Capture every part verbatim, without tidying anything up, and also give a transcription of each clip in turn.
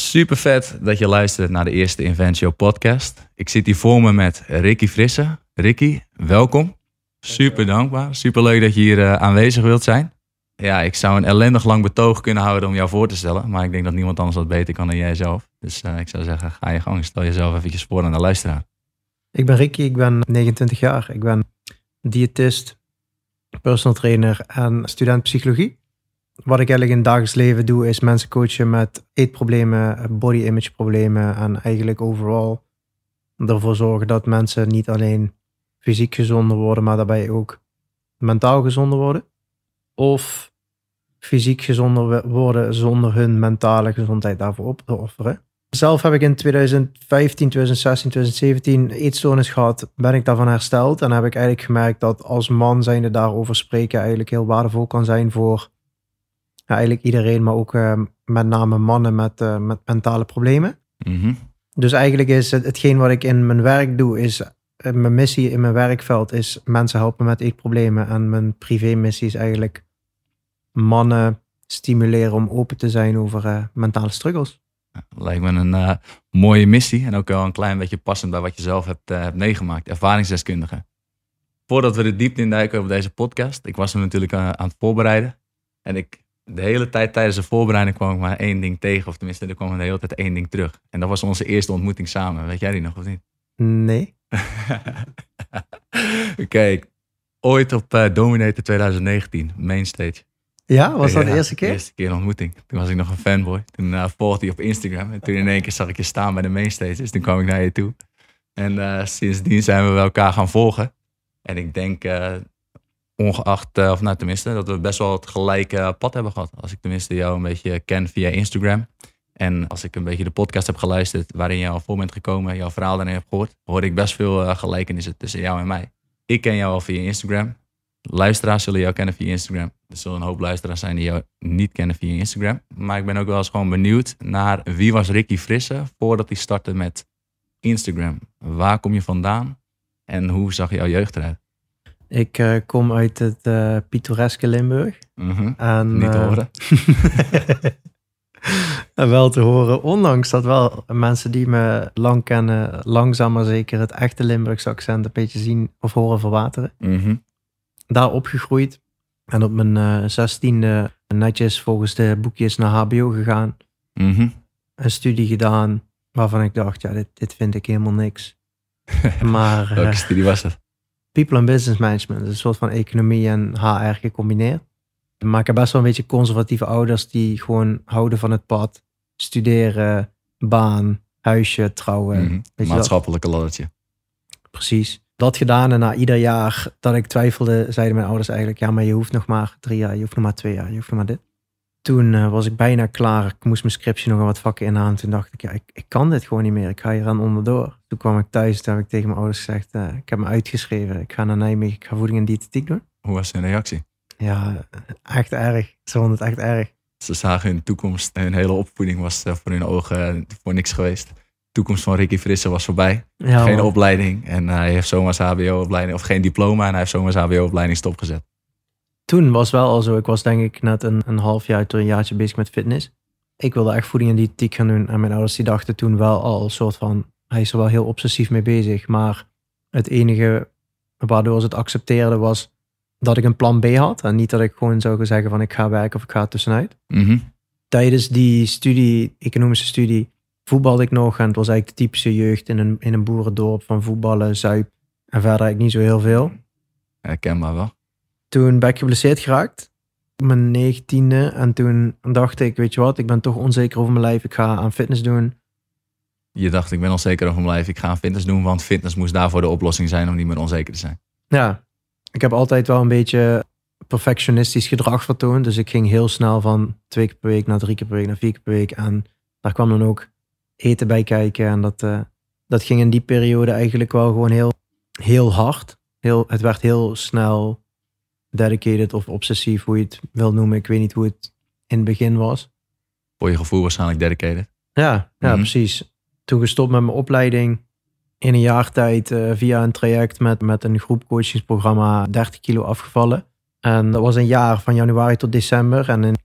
Super vet dat je luistert naar de eerste Inventio podcast. Ik zit hier voor me met Ricky Frisse. Ricky, welkom. Super dankbaar. Super leuk dat je hier uh, aanwezig wilt zijn. Ja, ik zou een ellendig lang betoog kunnen houden om jou voor te stellen. Maar ik denk dat niemand anders dat beter kan dan jij zelf. Dus uh, ik zou zeggen, ga je gang. Stel jezelf eventjes voor aan de luisteraar. Ik ben Ricky, ik ben negenentwintig jaar. Ik ben diëtist, personal trainer en student psychologie. Wat ik eigenlijk in het dagelijks leven doe, is mensen coachen met eetproblemen, body image problemen en eigenlijk overal ervoor zorgen dat mensen niet alleen fysiek gezonder worden, maar daarbij ook mentaal gezonder worden. Of fysiek gezonder worden zonder hun mentale gezondheid daarvoor op te offeren. Zelf heb ik in twintig vijftien, twintig zestien, twintig zeventien eetstoornis gehad, ben ik daarvan hersteld. En heb ik eigenlijk gemerkt dat als man zijnde daarover spreken eigenlijk heel waardevol kan zijn voor ja, eigenlijk iedereen, maar ook uh, met name mannen met, uh, met mentale problemen. Mm-hmm. Dus eigenlijk is het, hetgeen wat ik in mijn werk doe, is uh, mijn missie in mijn werkveld is mensen helpen met eetproblemen. En mijn privémissie is eigenlijk mannen stimuleren om open te zijn over uh, mentale struggles. Lijkt me een uh, mooie missie en ook wel een klein beetje passend bij wat je zelf hebt, uh, hebt meegemaakt. Ervaringsdeskundige. Voordat we de diepte induiken op deze podcast, ik was er natuurlijk uh, aan het voorbereiden. En ik, de hele tijd tijdens de voorbereiding kwam ik maar één ding tegen. Of tenminste, er kwam de hele tijd één ding terug. En dat was onze eerste ontmoeting samen. Weet jij die nog of niet? Nee. Kijk, ooit op uh, Dominator twintig negentien, Mainstage. Ja, was dat ja, de eerste keer? De eerste keer een ontmoeting. Toen was ik nog een fanboy. Toen uh, volgde hij op Instagram. En toen in één keer zag ik je staan bij de Mainstage. Dus toen kwam ik naar je toe. En uh, sindsdien zijn we elkaar gaan volgen. En ik denk, uh, ongeacht, uh, of nou tenminste, dat we best wel het gelijke pad hebben gehad. Als ik tenminste jou een beetje ken via Instagram. En als ik een beetje de podcast heb geluisterd waarin je al voor bent gekomen, jouw verhaal daarin hebt gehoord, hoorde ik best veel uh, gelijkenissen tussen jou en mij. Ik ken jou al via Instagram. Luisteraars zullen jou kennen via Instagram. Er zullen een hoop luisteraars zijn die jou niet kennen via Instagram. Maar ik ben ook wel eens gewoon benieuwd naar wie was Ricky Frisse voordat hij startte met Instagram. Waar kom je vandaan en hoe zag jouw jeugd eruit? Ik uh, kom uit het uh, pittoreske Limburg. Mm-hmm. En, niet te uh, horen. en wel te horen, ondanks dat wel mensen die me lang kennen, langzaam maar zeker het echte Limburgse accent een beetje zien of horen verwateren. Mm-hmm. Daar opgegroeid en op mijn uh, zestiende netjes volgens de boekjes naar H B O gegaan. Mm-hmm. Een studie gedaan waarvan ik dacht, ja, dit, dit vind ik helemaal niks. Maar, Welke uh, studie was het? People and Business Management, dus een soort van economie en H R gecombineerd. Maar ik heb best wel een beetje conservatieve ouders die gewoon houden van het pad. Studeren, baan, huisje, trouwen. Mm-hmm. Weet je Maatschappelijke laddertje. Precies. Dat gedaan en na ieder jaar dat ik twijfelde, zeiden mijn ouders eigenlijk, ja, maar je hoeft nog maar drie jaar, je hoeft nog maar twee jaar, je hoeft nog maar dit. Toen uh, was ik bijna klaar. Ik moest mijn scriptie nog een wat vakken inhalen. Toen dacht ik, ja, ik, ik kan dit gewoon niet meer. Ik ga hier aan onderdoor. Toen kwam ik thuis, toen heb ik tegen mijn ouders gezegd, uh, ik heb me uitgeschreven. Ik ga naar Nijmegen, ik ga voeding en diëtetiek doen. Hoe was hun reactie? Ja, echt erg. Ze vonden het echt erg. Ze zagen hun toekomst, hun hele opvoeding was uh, voor hun ogen uh, voor niks geweest. De toekomst van Ricky Frisse was voorbij. Ja, geen man. opleiding en uh, hij heeft zomaar zijn H B O-opleiding, of geen diploma en hij heeft zomaar zijn H B O-opleiding stopgezet. Toen was wel al zo, ik was denk ik net een, een half jaar tot een jaartje bezig met fitness. Ik wilde echt voeding en diëtetiek gaan doen en mijn ouders die dachten toen wel al een soort van, hij is er wel heel obsessief mee bezig, maar het enige waardoor ze het accepteerden was dat ik een plan B had en niet dat ik gewoon zou zeggen van ik ga werken of ik ga tussenuit. Mm-hmm. Tijdens die studie, economische studie, voetbalde ik nog en het was eigenlijk de typische jeugd in een, in een boerendorp van voetballen, zuip en verder eigenlijk niet zo heel veel. Herkenbaar wel. Toen ben ik geblesseerd geraakt, op mijn negentiende. En toen dacht ik, weet je wat, ik ben toch onzeker over mijn lijf. Ik ga aan fitness doen. Je dacht, ik ben onzeker over mijn lijf. Ik ga aan fitness doen, want fitness moest daarvoor de oplossing zijn om niet meer onzeker te zijn. Ja, ik heb altijd wel een beetje perfectionistisch gedrag vertoond. Dus ik ging heel snel van twee keer per week naar drie keer per week naar vier keer per week. En daar kwam dan ook eten bij kijken. En dat, uh, dat ging in die periode eigenlijk wel gewoon heel, heel hard. Heel, het werd heel snel dedicated of obsessief, hoe je het wil noemen. Ik weet niet hoe het in het begin was. Voor je gevoel waarschijnlijk dedicated. Ja, ja Mm-hmm. precies. Toen gestopt met mijn opleiding. In een jaar tijd uh, via een traject met, met een groepcoachingsprogramma dertig kilo afgevallen. En dat was een jaar van januari tot december. En in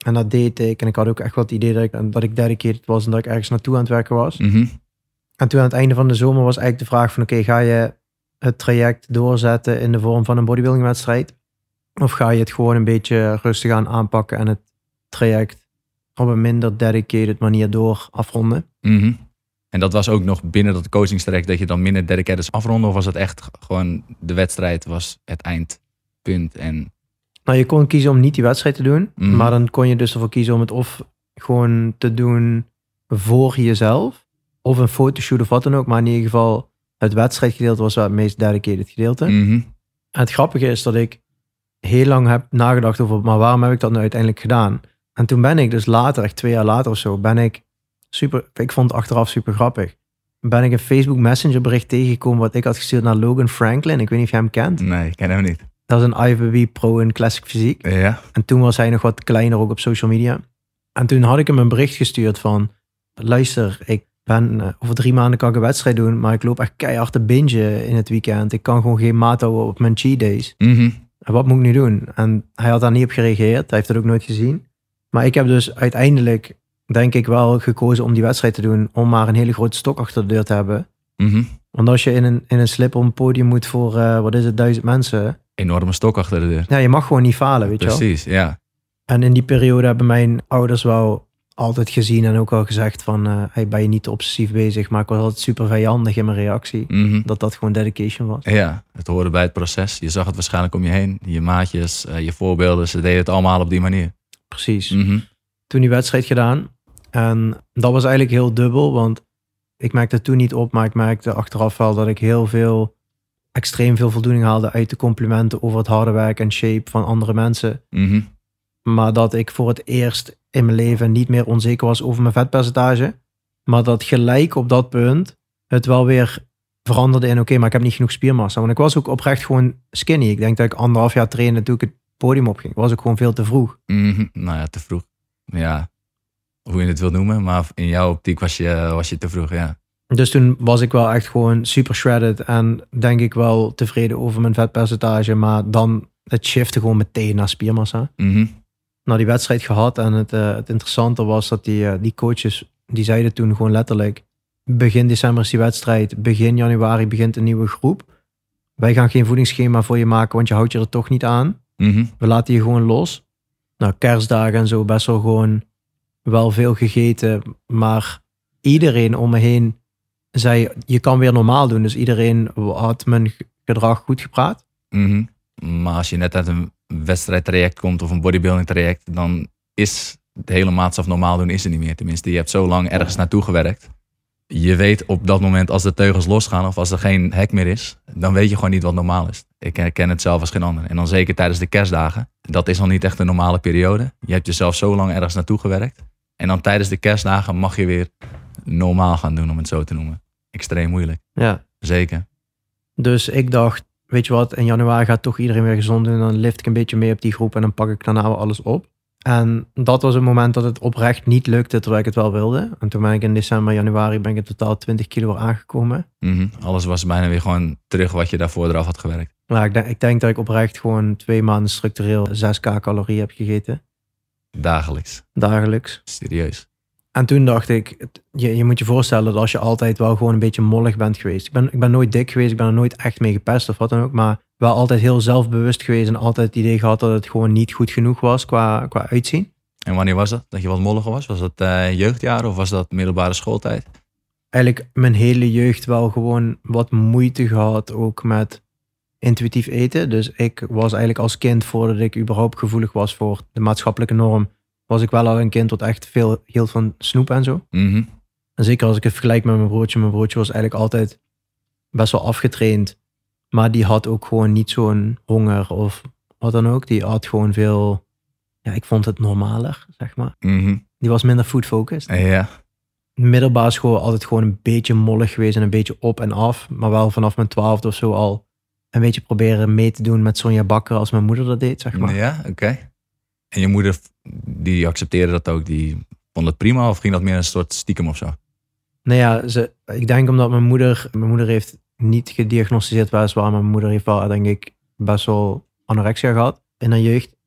En dat deed ik. En ik had ook echt wel het idee dat ik, dat ik dedicated was en dat ik ergens naartoe aan het werken was. Mm-hmm. En toen aan het einde van de zomer was eigenlijk de vraag van... Oké, okay, ga je het traject doorzetten in de vorm van een bodybuildingwedstrijd? Of ga je het gewoon een beetje rustig aan aanpakken en het traject op een minder dedicated manier door afronden? Mm-hmm. En dat was ook nog binnen dat coachingstraject dat je dan minder dedicated afronde? Of was het echt gewoon de wedstrijd was het eindpunt? En... Nou, je kon kiezen om niet die wedstrijd te doen. Mm-hmm. Maar dan kon je dus ervoor kiezen om het of gewoon te doen voor jezelf. Of een fotoshoot of wat dan ook. Maar in ieder geval, het wedstrijdgedeelte was wel het meest dedicated gedeelte. Mm-hmm. En het grappige is dat ik heel lang heb nagedacht over... maar waarom heb ik dat nou uiteindelijk gedaan? En toen ben ik dus later, echt twee jaar later of zo... ben ik super... Ik vond het achteraf super grappig. Ben ik een Facebook Messenger bericht tegengekomen... wat ik had gestuurd naar Logan Franklin. Ik weet niet of je hem kent. Nee, ik ken hem niet. Dat is een I F B B pro in classic fysiek. Ja. En toen was hij nog wat kleiner ook op social media. En toen had ik hem een bericht gestuurd van... luister, ik ben uh, over drie maanden kan ik een wedstrijd doen... maar ik loop echt keihard te bingen in het weekend. Ik kan gewoon geen maat houden op mijn cheat days. Mm-hmm. En wat moet ik nu doen? En hij had daar niet op gereageerd. Hij heeft het ook nooit gezien. Maar ik heb dus uiteindelijk, denk ik wel, gekozen om die wedstrijd te doen... om maar een hele grote stok achter de deur te hebben. Mm-hmm. Want als je in een, in een slip op een podium moet voor, uh, wat is het, duizend mensen... enorme stok achter de deur. Ja, je mag gewoon niet falen, weet je wel. Precies, ja. En in die periode hebben mijn ouders wel altijd gezien en ook al gezegd van... Uh, hey, ben je niet te obsessief bezig, maar ik was altijd super vijandig in mijn reactie. Mm-hmm. Dat dat gewoon dedication was. Ja, het hoorde bij het proces. Je zag het waarschijnlijk om je heen. Je maatjes, uh, je voorbeelden, ze deden het allemaal op die manier. Precies. Mm-hmm. Toen die wedstrijd gedaan. En dat was eigenlijk heel dubbel, want ik merkte het toen niet op, maar ik merkte achteraf wel dat ik heel veel, extreem veel voldoening haalde uit de complimenten over het harde werk en shape van andere mensen. Mm-hmm. Maar dat ik voor het eerst in mijn leven niet meer onzeker was over mijn vetpercentage. Maar dat gelijk op dat punt het wel weer veranderde in oké, okay, maar ik heb niet genoeg spiermassa. Want ik was ook oprecht gewoon skinny. Ik denk dat ik anderhalf jaar trainde toen ik het podium opging. Was ook gewoon veel te vroeg. Mm-hmm. Nou ja, te vroeg. Ja, hoe je het wilt noemen. Maar in jouw optiek was je, was je te vroeg, ja. Dus toen was ik wel echt gewoon super shredded. En denk ik wel tevreden over mijn vetpercentage. Maar dan het shifte gewoon meteen naar spiermassa. Mm-hmm. Nou, die wedstrijd gehad. En het, uh, het interessante was dat die, uh, die coaches, die zeiden toen gewoon letterlijk... begin december is die wedstrijd. Begin januari begint een nieuwe groep. Wij gaan geen voedingsschema voor je maken, want je houdt je er toch niet aan. Mm-hmm. We laten je gewoon los. Nou, kerstdagen en zo best wel gewoon wel veel gegeten. Maar iedereen om me heen zei, je kan weer normaal doen. Dus iedereen had mijn gedrag goed gepraat. Mm-hmm. Maar als je net uit een wedstrijdtraject komt of een bodybuilding traject, dan is het hele maatstaf normaal doen is er niet meer. Tenminste, je hebt zo lang ergens naartoe gewerkt. Je weet op dat moment als de teugels losgaan of als er geen hek meer is, dan weet je gewoon niet wat normaal is. Ik herken het zelf als geen ander. En dan zeker tijdens de kerstdagen. Dat is al niet echt een normale periode. Je hebt jezelf zo lang ergens naartoe gewerkt. En dan tijdens de kerstdagen mag je weer normaal gaan doen, om het zo te noemen. Extreem moeilijk. Ja. Zeker. Dus ik dacht, weet je wat, in januari gaat toch iedereen weer gezond doen. En dan lift ik een beetje mee op die groep en dan pak ik daarna wel alles op. En dat was het moment dat het oprecht niet lukte, terwijl ik het wel wilde. En toen ben ik in december, januari, ben ik in totaal twintig kilo weer aangekomen. Mm-hmm. Alles was bijna weer gewoon terug wat je daarvoor eraf had gewerkt. Nou, ik denk, ik denk dat ik oprecht gewoon twee maanden structureel zes k calorieën heb gegeten. Dagelijks. Dagelijks. Serieus. En toen dacht ik, je, je moet je voorstellen dat als je altijd wel gewoon een beetje mollig bent geweest. Ik ben, ik ben nooit dik geweest, ik ben er nooit echt mee gepest of wat dan ook. Maar wel altijd heel zelfbewust geweest en altijd het idee gehad dat het gewoon niet goed genoeg was qua, qua uitzien. En wanneer was dat? Dat je wat molliger was? Was dat uh, jeugdjaren of was dat middelbare schooltijd? Eigenlijk mijn hele jeugd wel gewoon wat moeite gehad ook met intuïtief eten. Dus ik was eigenlijk als kind, voordat ik überhaupt gevoelig was voor de maatschappelijke norm, was ik wel al een kind dat echt veel hield van snoep en zo. Mm-hmm. En zeker als ik het vergelijk met mijn broertje. Mijn broertje was eigenlijk altijd best wel afgetraind. Maar die had ook gewoon niet zo'n honger of wat dan ook. Die had gewoon veel, ja, ik vond het normaler, zeg maar. Mm-hmm. Die was minder food focused. Ja. Middelbare school altijd gewoon een beetje mollig geweest en een beetje op en af. Maar wel vanaf mijn twaalfde of zo al een beetje proberen mee te doen met Sonja Bakker als mijn moeder dat deed, zeg maar. Ja, oké. Okay. En je moeder, die accepteerde dat ook, die vond het prima of ging dat meer een soort stiekem of zo? Nou ja, ze, ik denk omdat mijn moeder, mijn moeder heeft niet gediagnosticeerd weliswaar, maar mijn moeder heeft wel, denk ik, best wel anorexia gehad in haar jeugd.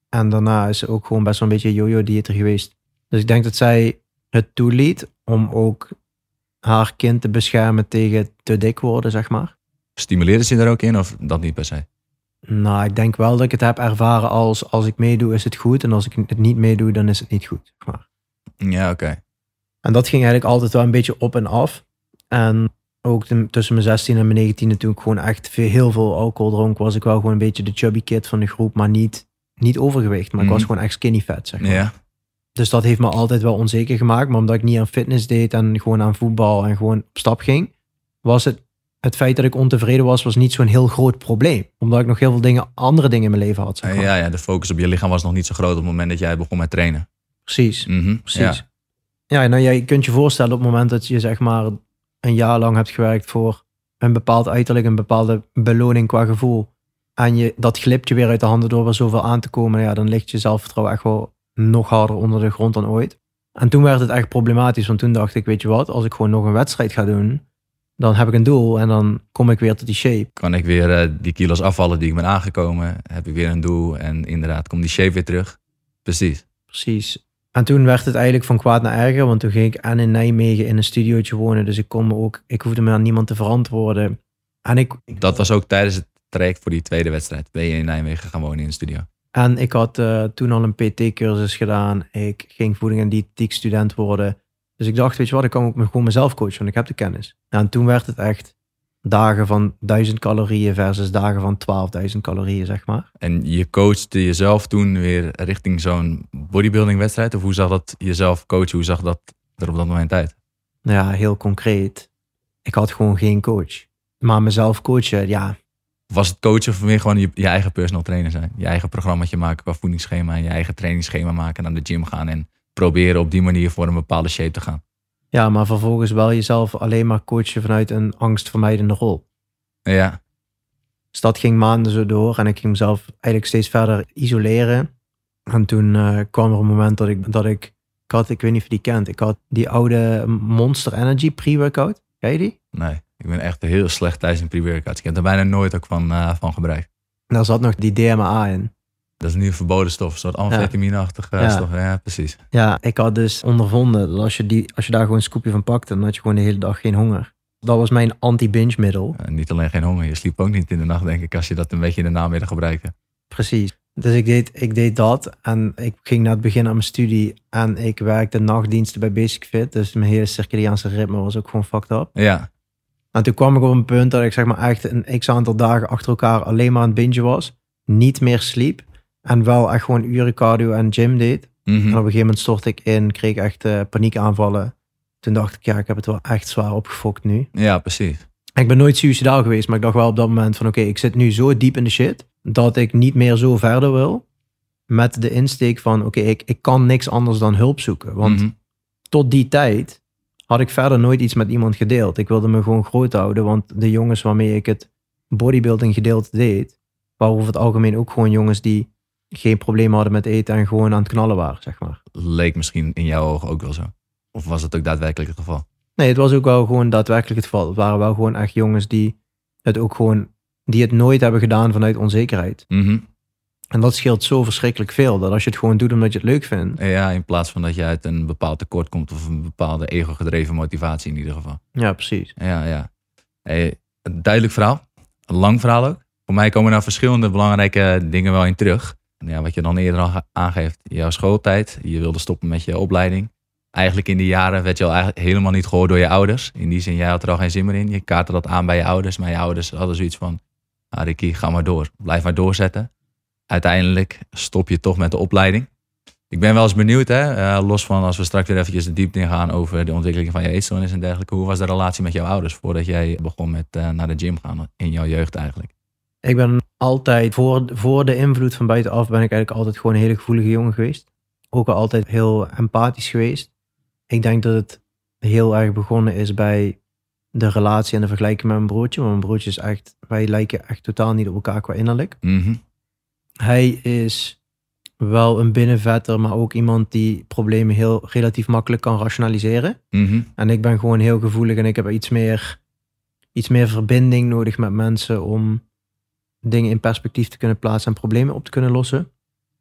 En daarna is ze ook gewoon best wel een beetje jojo-dieter geweest. Dus ik denk dat zij het toeliet om ook haar kind te beschermen tegen te dik worden, zeg maar. Stimuleerde ze je daar ook in of dat niet per se? Nou, ik denk wel dat ik het heb ervaren als als ik meedoe is het goed en als ik het niet meedoe dan is het niet goed. Zeg maar. Ja, oké. Okay. En dat ging eigenlijk altijd wel een beetje op en af. En ook de, tussen mijn zestien en mijn negentiende, toen ik gewoon echt veel, heel veel alcohol dronk, was ik wel gewoon een beetje de chubby kid van de groep, maar niet, niet overgewicht. Maar mm. ik was gewoon echt skinny fat, zeg maar. Ja. Dus dat heeft me altijd wel onzeker gemaakt. Maar omdat ik niet aan fitness deed en gewoon aan voetbal en gewoon op stap ging, was het, het feit dat ik ontevreden was, was niet zo'n heel groot probleem. Omdat ik nog heel veel dingen, andere dingen in mijn leven had. Zeg maar. Ja, ja, de focus op je lichaam was nog niet zo groot op het moment dat jij begon met trainen. Precies, Mm-hmm. precies. Ja. Ja, nou, je kunt je voorstellen op het moment dat je zeg maar een jaar lang hebt gewerkt voor een bepaald uiterlijk, een bepaalde beloning qua gevoel. En je, dat glipt je weer uit de handen door er zoveel aan te komen. Ja, dan ligt je zelfvertrouwen echt wel nog harder onder de grond dan ooit. En toen werd het echt problematisch, want toen dacht ik, weet je wat, als ik gewoon nog een wedstrijd ga doen, dan heb ik een doel en dan kom ik weer tot die shape. Kan ik weer uh, die kilo's afvallen die ik ben aangekomen, heb ik weer een doel en inderdaad komt die shape weer terug. Precies. Precies. En toen werd het eigenlijk van kwaad naar erger, want toen ging ik en in Nijmegen in een studiootje wonen, dus ik kon me ook, ik hoefde me aan niemand te verantwoorden. En ik, dat was ook tijdens het traject voor die tweede wedstrijd. Ben je in Nijmegen gaan wonen in een studio? En ik had uh, toen al een P T-cursus gedaan. Ik ging voeding- en diëtetiek student worden. Dus ik dacht, weet je wat, ik kan ook gewoon mezelf coachen, want ik heb de kennis. En toen werd het echt dagen van duizend calorieën versus dagen van twaalfduizend calorieën, zeg maar. En je coachte jezelf toen weer richting zo'n bodybuilding wedstrijd? Of hoe zag dat jezelf coachen, hoe zag dat er op dat moment uit? Nou ja, heel concreet. Ik had gewoon geen coach. Maar mezelf coachen, ja. Was het coachen of meer gewoon je, je eigen personal trainer zijn? Je eigen programmaatje maken qua voedingsschema, je eigen trainingsschema maken, naar de gym gaan en proberen op die manier voor een bepaalde shape te gaan? Ja, maar vervolgens wel jezelf alleen maar coachen vanuit een angstvermijdende rol. Ja. Dus dat ging maanden zo door en ik ging mezelf eigenlijk steeds verder isoleren. En toen uh, kwam er een moment dat ik, dat ik, ik had, ik weet niet of je die kent, ik had die oude Monster Energy pre-workout. Ken je die? Nee, ik ben echt heel slecht thuis in pre-workouts. Ik heb er bijna nooit ook van, uh, van gebruikt. Daar zat nog die D M A in. Dat is nu een verboden stof, een soort amfetamine-achtige ja. stof. Ja, precies. Ja, ik had dus ondervonden dat als je, die, als je daar gewoon een scoopje van pakte, dan had je gewoon de hele dag geen honger. Dat was mijn anti-binge middel. Uh, niet alleen geen honger, je sliep ook niet in de nacht, denk ik, als je dat een beetje in de namiddag gebruikte. Precies. Dus ik deed, ik deed dat en ik ging naar het begin aan mijn studie en ik werkte nachtdiensten bij Basic Fit. Dus mijn hele circadiaanse ritme was ook gewoon fucked up. Ja. En toen kwam ik op een punt dat ik zeg maar echt een x-aantal dagen achter elkaar alleen maar aan het bingen was. Niet meer sliep. En wel echt gewoon uren cardio en gym deed. Mm-hmm. En op een gegeven moment stortte ik in, kreeg ik echt uh, paniekaanvallen. Toen dacht ik, ja, ik heb het wel echt zwaar opgefokt nu. Ja, precies. Ik ben nooit suicidaal geweest, maar ik dacht wel op dat moment van oké, okay, ik zit nu zo diep in de shit, dat ik niet meer zo verder wil. Met de insteek van oké, okay, ik, ik kan niks anders dan hulp zoeken. Want Mm-hmm. tot die tijd had ik verder nooit iets met iemand gedeeld. Ik wilde me gewoon groot houden, want de jongens waarmee ik het bodybuilding gedeelte deed, waren over het algemeen ook gewoon jongens die geen probleem hadden met eten en gewoon aan het knallen waren, zeg maar. Leek misschien in jouw ogen ook wel zo? Of was het ook daadwerkelijk het geval? Nee, het was ook wel gewoon daadwerkelijk het geval. Het waren wel gewoon echt jongens die het ook gewoon, die het nooit hebben gedaan vanuit onzekerheid. Mm-hmm. En dat scheelt zo verschrikkelijk veel, dat als je het gewoon doet omdat je het leuk vindt. Ja, in plaats van dat je uit een bepaald tekort komt of een bepaalde ego-gedreven motivatie in ieder geval. Ja, precies. Ja, ja. Hey, een duidelijk verhaal. Een lang verhaal ook. Voor mij komen daar verschillende belangrijke dingen wel in terug. Ja, wat je dan eerder al aangeeft, jouw schooltijd. Je wilde stoppen met je opleiding. Eigenlijk in die jaren werd je al eigenlijk helemaal niet gehoord door je ouders. In die zin, jij had er al geen zin meer in. Je kaartte dat aan bij je ouders. Maar je ouders hadden zoiets van, ah, Ricky, ga maar door. Blijf maar doorzetten. Uiteindelijk stop je toch met de opleiding. Ik ben wel eens benieuwd, hè, uh, los van als we straks weer eventjes de diepte in gaan over de ontwikkeling van je eetstoornis en dergelijke. Hoe was de relatie met jouw ouders voordat jij begon met uh, naar de gym gaan in jouw jeugd eigenlijk? Ik ben altijd, voor, voor de invloed van buitenaf ben ik eigenlijk altijd gewoon een hele gevoelige jongen geweest. Ook al altijd heel empathisch geweest. Ik denk dat het heel erg begonnen is bij de relatie en de vergelijking met mijn broertje. Want mijn broertje is echt, wij lijken echt totaal niet op elkaar qua innerlijk. Mm-hmm. Hij is wel een binnenvetter, maar ook iemand die problemen heel relatief makkelijk kan rationaliseren. Mm-hmm. En ik ben gewoon heel gevoelig en ik heb iets meer, iets meer verbinding nodig met mensen om dingen in perspectief te kunnen plaatsen en problemen op te kunnen lossen.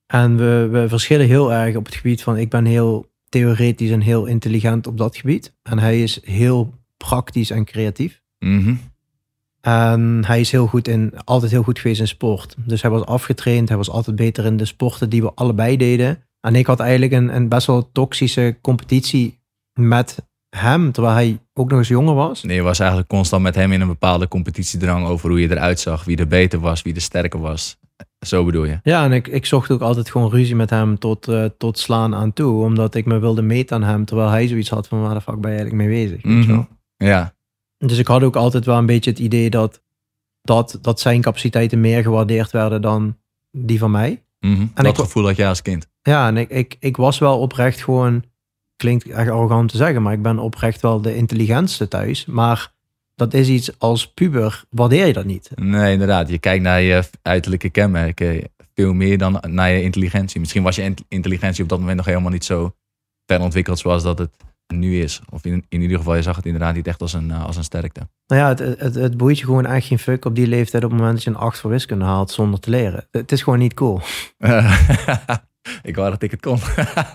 En we, we verschillen heel erg op het gebied van, ik ben heel theoretisch en heel intelligent op dat gebied. En hij is heel praktisch en creatief. Mm-hmm. En hij is heel goed in, altijd heel goed geweest in sport. Dus hij was afgetraind, hij was altijd beter in de sporten die we allebei deden. En ik had eigenlijk een, een best wel toxische competitie met hem, terwijl hij ook nog eens jonger was. Nee, je was eigenlijk constant met hem in een bepaalde competitiedrang over hoe je eruit zag, wie er beter was, wie er sterker was. Zo bedoel je? Ja, en ik, ik zocht ook altijd gewoon ruzie met hem tot, uh, tot slaan aan toe, omdat ik me wilde meten aan hem, terwijl hij zoiets had van waar de fuck ben je eigenlijk mee bezig? Mm-hmm. Weet je wel? Ja. Dus ik had ook altijd wel een beetje het idee dat, dat, dat zijn capaciteiten meer gewaardeerd werden dan die van mij. Mm-hmm. En dat ik, gevoel had jij als kind? Ja, en ik, ik, ik was wel oprecht gewoon, klinkt echt arrogant te zeggen, maar ik ben oprecht wel de intelligentste thuis. Maar dat is iets als puber, waardeer je dat niet. Nee, inderdaad. Je kijkt naar je uiterlijke kenmerken veel meer dan naar je intelligentie. Misschien was je intelligentie op dat moment nog helemaal niet zo ver ontwikkeld zoals dat het nu is. Of in, in ieder geval, je zag het inderdaad niet echt als een, als een sterkte. Nou ja, het, het, het boeit je gewoon echt geen fuck op die leeftijd op het moment dat je een acht voor wiskunde haalt zonder te leren. Het is gewoon niet cool. Ik wou dat ik het kon.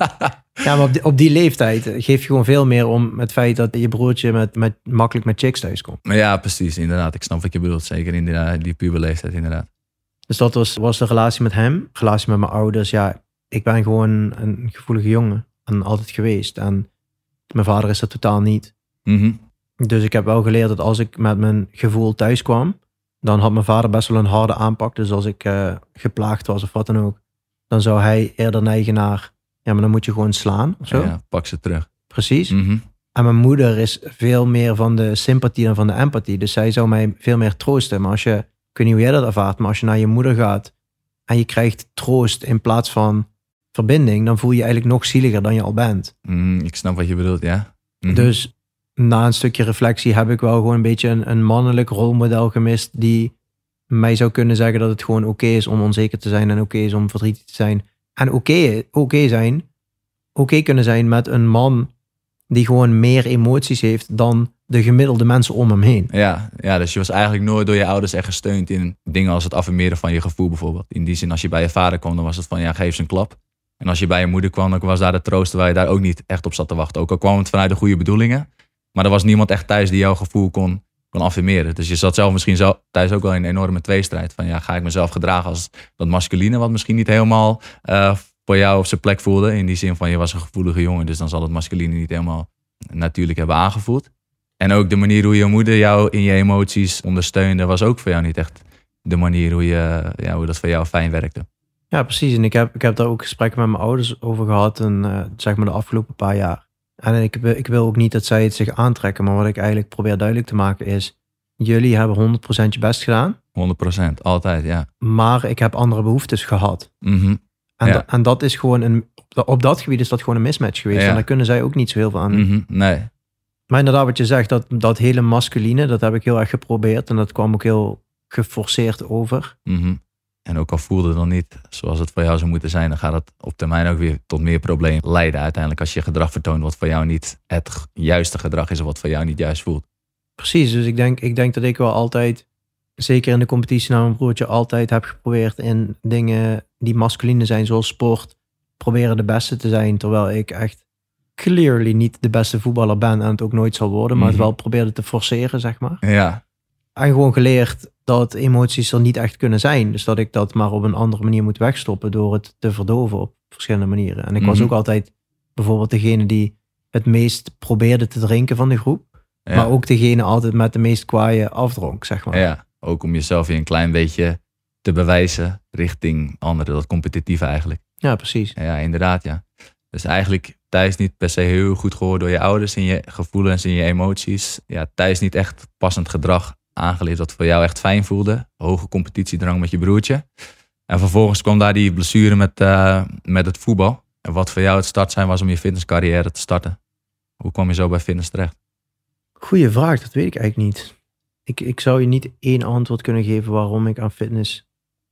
Ja, maar op die, op die leeftijd geef je gewoon veel meer om het feit dat je broertje met, met, makkelijk met chicks thuis komt. Ja, precies, inderdaad. Ik snap wat je bedoelt. Zeker in die, die puberleeftijd, inderdaad. Dus dat was, was de relatie met hem. Relatie met mijn ouders. Ja, ik ben gewoon een gevoelige jongen. En altijd geweest. En mijn vader is dat totaal niet. Mm-hmm. Dus ik heb wel geleerd dat als ik met mijn gevoel thuis kwam, dan had mijn vader best wel een harde aanpak. Dus als ik uh, geplaagd was of wat dan ook, dan zou hij eerder neigen naar, ja, maar dan moet je gewoon slaan of zo. Ja, pak ze terug. Precies. Mm-hmm. En mijn moeder is veel meer van de sympathie dan van de empathie. Dus zij zou mij veel meer troosten. Maar als je, ik weet niet hoe jij dat ervaart, maar als je naar je moeder gaat en je krijgt troost in plaats van verbinding, dan voel je je eigenlijk nog zieliger dan je al bent. Mm, ik snap wat je bedoelt, ja. Mm-hmm. Dus na een stukje reflectie heb ik wel gewoon een beetje een, een mannelijk rolmodel gemist die mij zou kunnen zeggen dat het gewoon oké is om onzeker te zijn en oké is om verdrietig te zijn. En oké oké zijn, oké kunnen zijn met een man die gewoon meer emoties heeft dan de gemiddelde mensen om hem heen. Ja, ja, dus je was eigenlijk nooit door je ouders echt gesteund in dingen als het affirmeren van je gevoel bijvoorbeeld. In die zin, als je bij je vader kwam, dan was het van ja, geef ze een klap. En als je bij je moeder kwam, dan was daar de troost terwijl je daar ook niet echt op zat te wachten. Ook al kwam het vanuit de goede bedoelingen. Maar er was niemand echt thuis die jouw gevoel kon, kon affirmeren. Dus je zat zelf misschien zo, thuis ook wel in een enorme tweestrijd. Van ja, ga ik mezelf gedragen als dat masculine, wat misschien niet helemaal uh, voor jou op zijn plek voelde. In die zin van je was een gevoelige jongen, dus dan zal het masculine niet helemaal natuurlijk hebben aangevoeld. En ook de manier hoe je moeder jou in je emoties ondersteunde, was ook voor jou niet echt de manier hoe, je, ja, hoe dat voor jou fijn werkte. Ja, precies. En ik heb, ik heb daar ook gesprekken met mijn ouders over gehad, en, uh, zeg maar de afgelopen paar jaar. En ik, ik wil ook niet dat zij het zich aantrekken, maar wat ik eigenlijk probeer duidelijk te maken is, jullie hebben honderd procent je best gedaan. honderd procent, altijd, ja. Maar ik heb andere behoeftes gehad. Mm-hmm. En, ja. da, en dat is gewoon een, op dat gebied is dat gewoon een mismatch geweest. Ja. En daar kunnen zij ook niet zo heel veel aan doen. Mm-hmm. Nee. Maar inderdaad, wat je zegt, dat, dat hele masculine, dat heb ik heel erg geprobeerd. En dat kwam ook heel geforceerd over. Mm-hmm. En ook al voelde het dan niet zoals het voor jou zou moeten zijn, dan gaat het op termijn ook weer tot meer problemen leiden. Uiteindelijk als je gedrag vertoont wat voor jou niet het juiste gedrag is, of wat voor jou niet juist voelt. Precies, dus ik denk, ik denk dat ik wel altijd, zeker in de competitie naar mijn broertje, altijd heb geprobeerd in dingen die masculine zijn, zoals sport, proberen de beste te zijn. Terwijl ik echt clearly niet de beste voetballer ben en het ook nooit zal worden, maar mm-hmm. het wel probeerde te forceren, zeg maar. Ja. En gewoon geleerd dat emoties er niet echt kunnen zijn. Dus dat ik dat maar op een andere manier moet wegstoppen door het te verdoven op verschillende manieren. En ik mm-hmm. was ook altijd bijvoorbeeld degene die het meest probeerde te drinken van de groep. Ja. Maar ook degene altijd met de meest kwaaie afdronk, zeg maar. Ja, ook om jezelf weer een klein beetje te bewijzen richting anderen. Dat competitieve eigenlijk. Ja, precies. Ja, inderdaad, ja. Dus eigenlijk thuis niet per se heel goed gehoord door je ouders in je gevoelens en je emoties. Ja, thuis niet echt passend gedrag aangeleerd wat voor jou echt fijn voelde. Hoge competitiedrang met je broertje. En vervolgens kwam daar die blessure met, uh, met het voetbal. En wat voor jou het start zijn was om je fitnesscarrière te starten. Hoe kwam je zo bij fitness terecht? Goeie vraag, dat weet ik eigenlijk niet. Ik, ik zou je niet één antwoord kunnen geven waarom ik aan fitness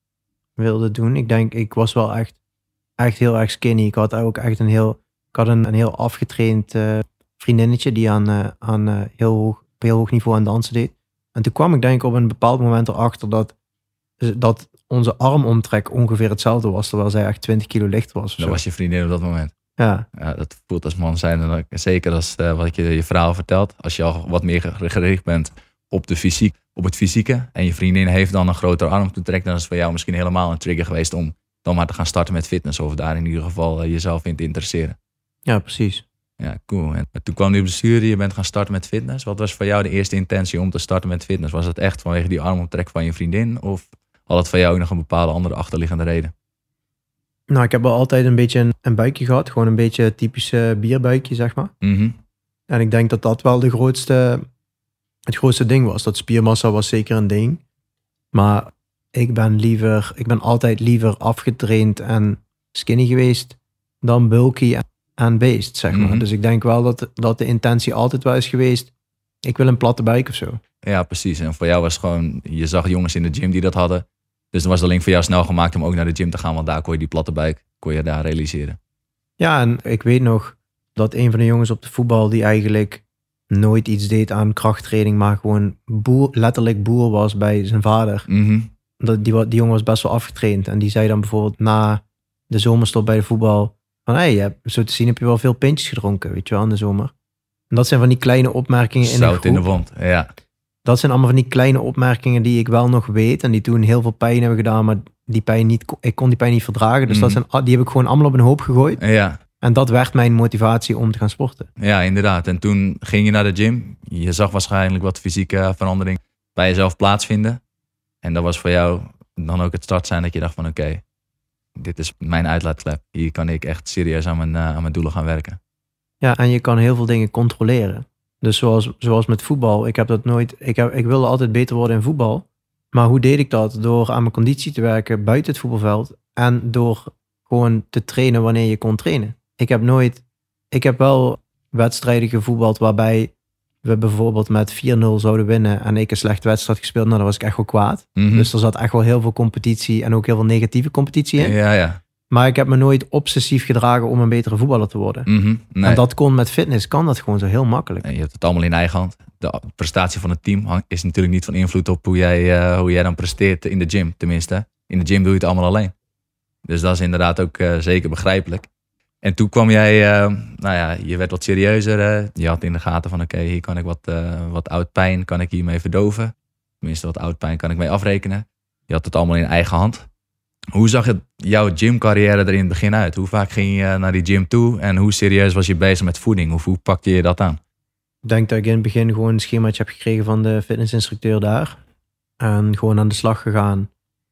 wilde doen. Ik denk, ik was wel echt, echt heel erg skinny. Ik had ook echt een heel, ik had een, een heel afgetraind uh, vriendinnetje die aan, uh, aan uh, heel, hoog, op heel hoog niveau aan dansen deed. En toen kwam ik denk ik op een bepaald moment erachter dat, dat onze armomtrek ongeveer hetzelfde was, terwijl zij echt twintig kilo lichter was. Of Dat zo. was je vriendin op dat moment. Ja. Ja, dat voelt als man zijn. En zeker als uh, wat je je verhaal vertelt. Als je al wat meer gericht bent op, de fysiek, op het fysieke. En je vriendin heeft dan een grotere armomtrek. Dan is het voor jou misschien helemaal een trigger geweest om dan maar te gaan starten met fitness. Of daar in ieder geval uh, jezelf in te interesseren. Ja, precies. Ja, cool. En toen kwam die blessure, je bent gaan starten met fitness. Wat was voor jou de eerste intentie om te starten met fitness? Was het echt vanwege die armomtrek van je vriendin? Of had het voor jou ook nog een bepaalde andere achterliggende reden? Nou, ik heb wel altijd een beetje een, een buikje gehad. Gewoon een beetje het typische bierbuikje, zeg maar. Mm-hmm. En ik denk dat dat wel de grootste, het grootste ding was. Dat spiermassa was zeker een ding. Maar ik ben liever, ik ben altijd liever afgetraind en skinny geweest dan bulky en, en beest, zeg maar. Mm-hmm. Dus ik denk wel dat, dat de intentie altijd wel is geweest. Ik wil een platte buik of zo. Ja, precies. En voor jou was het gewoon, je zag jongens in de gym die dat hadden. Dus dan was de link voor jou snel gemaakt om ook naar de gym te gaan. Want daar kon je die platte buik, kon je daar realiseren. Ja, en ik weet nog dat een van de jongens op de voetbal die eigenlijk nooit iets deed aan krachttraining, maar gewoon boer, letterlijk boer was bij zijn vader. Mm-hmm. Dat, die, die jongen was best wel afgetraind. En die zei dan bijvoorbeeld na de zomerstop bij de voetbal van hé, hey, zo te zien heb je wel veel pintjes gedronken, weet je wel, in de zomer. En dat zijn van die kleine opmerkingen in Zout de in de wond, ja. Dat zijn allemaal van die kleine opmerkingen die ik wel nog weet en die toen heel veel pijn hebben gedaan, maar die pijn niet, ik kon die pijn niet verdragen. Dus mm. dat zijn, die heb ik gewoon allemaal op een hoop gegooid. Ja. En dat werd mijn motivatie om te gaan sporten. Ja, inderdaad. En toen ging je naar de gym. Je zag waarschijnlijk wat fysieke verandering bij jezelf plaatsvinden. En dat was voor jou dan ook het start zijn dat je dacht van oké, okay, dit is mijn uitlaatklep. Hier kan ik echt serieus aan mijn, uh, aan mijn doelen gaan werken. Ja, en je kan heel veel dingen controleren. Dus zoals, zoals met voetbal. Ik heb dat nooit. Ik, heb, ik wilde altijd beter worden in voetbal. Maar hoe deed ik dat? Door aan mijn conditie te werken buiten het voetbalveld. En door gewoon te trainen wanneer je kon trainen. Ik heb nooit. Ik heb wel wedstrijden gevoetbald waarbij we bijvoorbeeld met vier nul zouden winnen. En ik een slechte wedstrijd gespeeld. Nou, dan was ik echt wel kwaad. Mm-hmm. Dus er zat echt wel heel veel competitie. En ook heel veel negatieve competitie in. Ja, ja. Maar ik heb me nooit obsessief gedragen om een betere voetballer te worden. Mm-hmm, nee. En dat kon met fitness, kan dat gewoon zo heel makkelijk. En je hebt het allemaal in eigen hand. De prestatie van het team is natuurlijk niet van invloed op hoe jij, uh, hoe jij dan presteert in de gym. Tenminste, in de gym doe je het allemaal alleen. Dus dat is inderdaad ook uh, zeker begrijpelijk. En toen kwam jij, uh, nou ja, je werd wat serieuzer. Uh, je had in de gaten van oké, okay, hier kan ik wat, uh, wat oud pijn, kan ik hiermee verdoven. Tenminste, wat oud pijn kan ik mee afrekenen. Je had het allemaal in eigen hand. Hoe zag het jouw gymcarrière er in het begin uit? Hoe vaak ging je naar die gym toe? En hoe serieus was je bezig met voeding? Of hoe pakte je dat aan? Ik denk dat ik in het begin gewoon een schemaatje heb gekregen van de fitnessinstructeur daar. En gewoon aan de slag gegaan.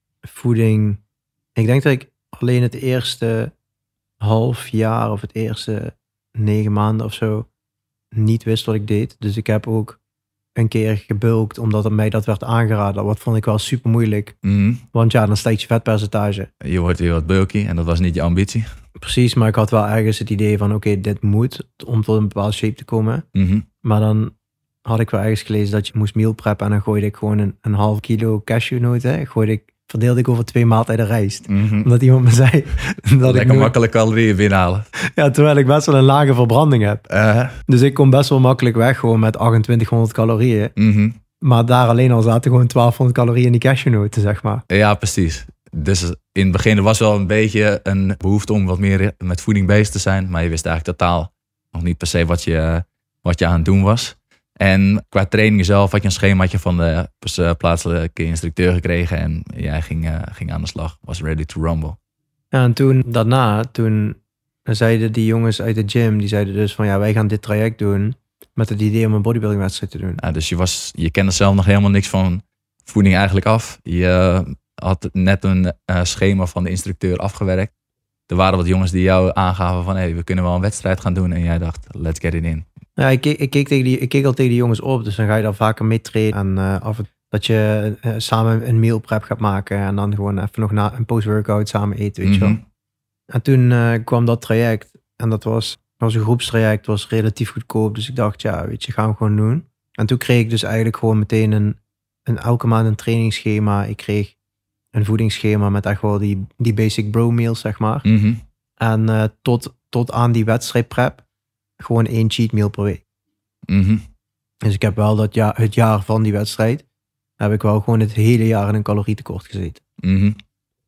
Voeding. Ik denk dat ik alleen het eerste half jaar of het eerste negen maanden of zo niet wist wat ik deed. Dus ik heb ook een keer gebulkt omdat het mij dat werd aangeraden. Wat vond ik wel super moeilijk. Mm-hmm. Want ja, dan stijgt je vetpercentage. Je wordt weer wat bulky en dat was niet je ambitie. Precies, maar ik had wel ergens het idee van oké, okay, dit moet om tot een bepaalde shape te komen. Mm-hmm. Maar dan had ik wel ergens gelezen dat je moest meal preppen en dan gooide ik gewoon een, een half kilo cashewnoten. Gooide ik, verdeelde ik over twee maaltijden rijst. Mm-hmm. Omdat iemand me zei dat Lekker ik nooit... makkelijk calorieën binnenhalen. Ja, terwijl ik best wel een lage verbranding heb. Uh-huh. Dus ik kom best wel makkelijk weg gewoon met achtentwintighonderd calorieën. Mm-hmm. Maar daar alleen al zaten gewoon twaalfhonderd calorieën in die cashewnoten, zeg maar. Ja, precies. Dus in het begin was wel een beetje een behoefte om wat meer met voeding bezig te zijn. Maar je wist eigenlijk totaal nog niet per se wat je, wat je aan het doen was. En qua training zelf had je een schemaatje van de plaatselijke instructeur gekregen. En jij ging, uh, ging aan de slag. Was ready to rumble. Ja, en toen daarna, toen zeiden die jongens uit de gym, die zeiden dus van ja, wij gaan dit traject doen met het idee om een bodybuilding wedstrijd te doen. Ja, dus je, was, je kende zelf nog helemaal niks van voeding eigenlijk af. Je had net een uh, schema van de instructeur afgewerkt. Er waren wat jongens die jou aangaven van hey, we kunnen wel een wedstrijd gaan doen. En jij dacht, let's get it in. Ja, ik keek, ik keek, tegen die, ik keek al tegen die jongens op, dus dan ga je daar vaker mee trainen. En uh, af en dat je uh, samen een meal prep gaat maken en dan gewoon even nog na een post-workout samen eten, weet mm-hmm. je wel. En toen uh, kwam dat traject en dat was, was een groepstraject, was relatief goedkoop. Dus ik dacht, ja, weet je, gaan we gewoon doen. En toen kreeg ik dus eigenlijk gewoon meteen een, een elke maand een trainingsschema. Ik kreeg een voedingsschema met echt wel die, die basic bro meals, zeg maar. Mm-hmm. En uh, tot, tot aan die wedstrijdprep gewoon één cheat meal per week. Mm-hmm. Dus ik heb wel dat jaar, het jaar van die wedstrijd, heb ik wel gewoon het hele jaar in een calorietekort gezeten. Mm-hmm.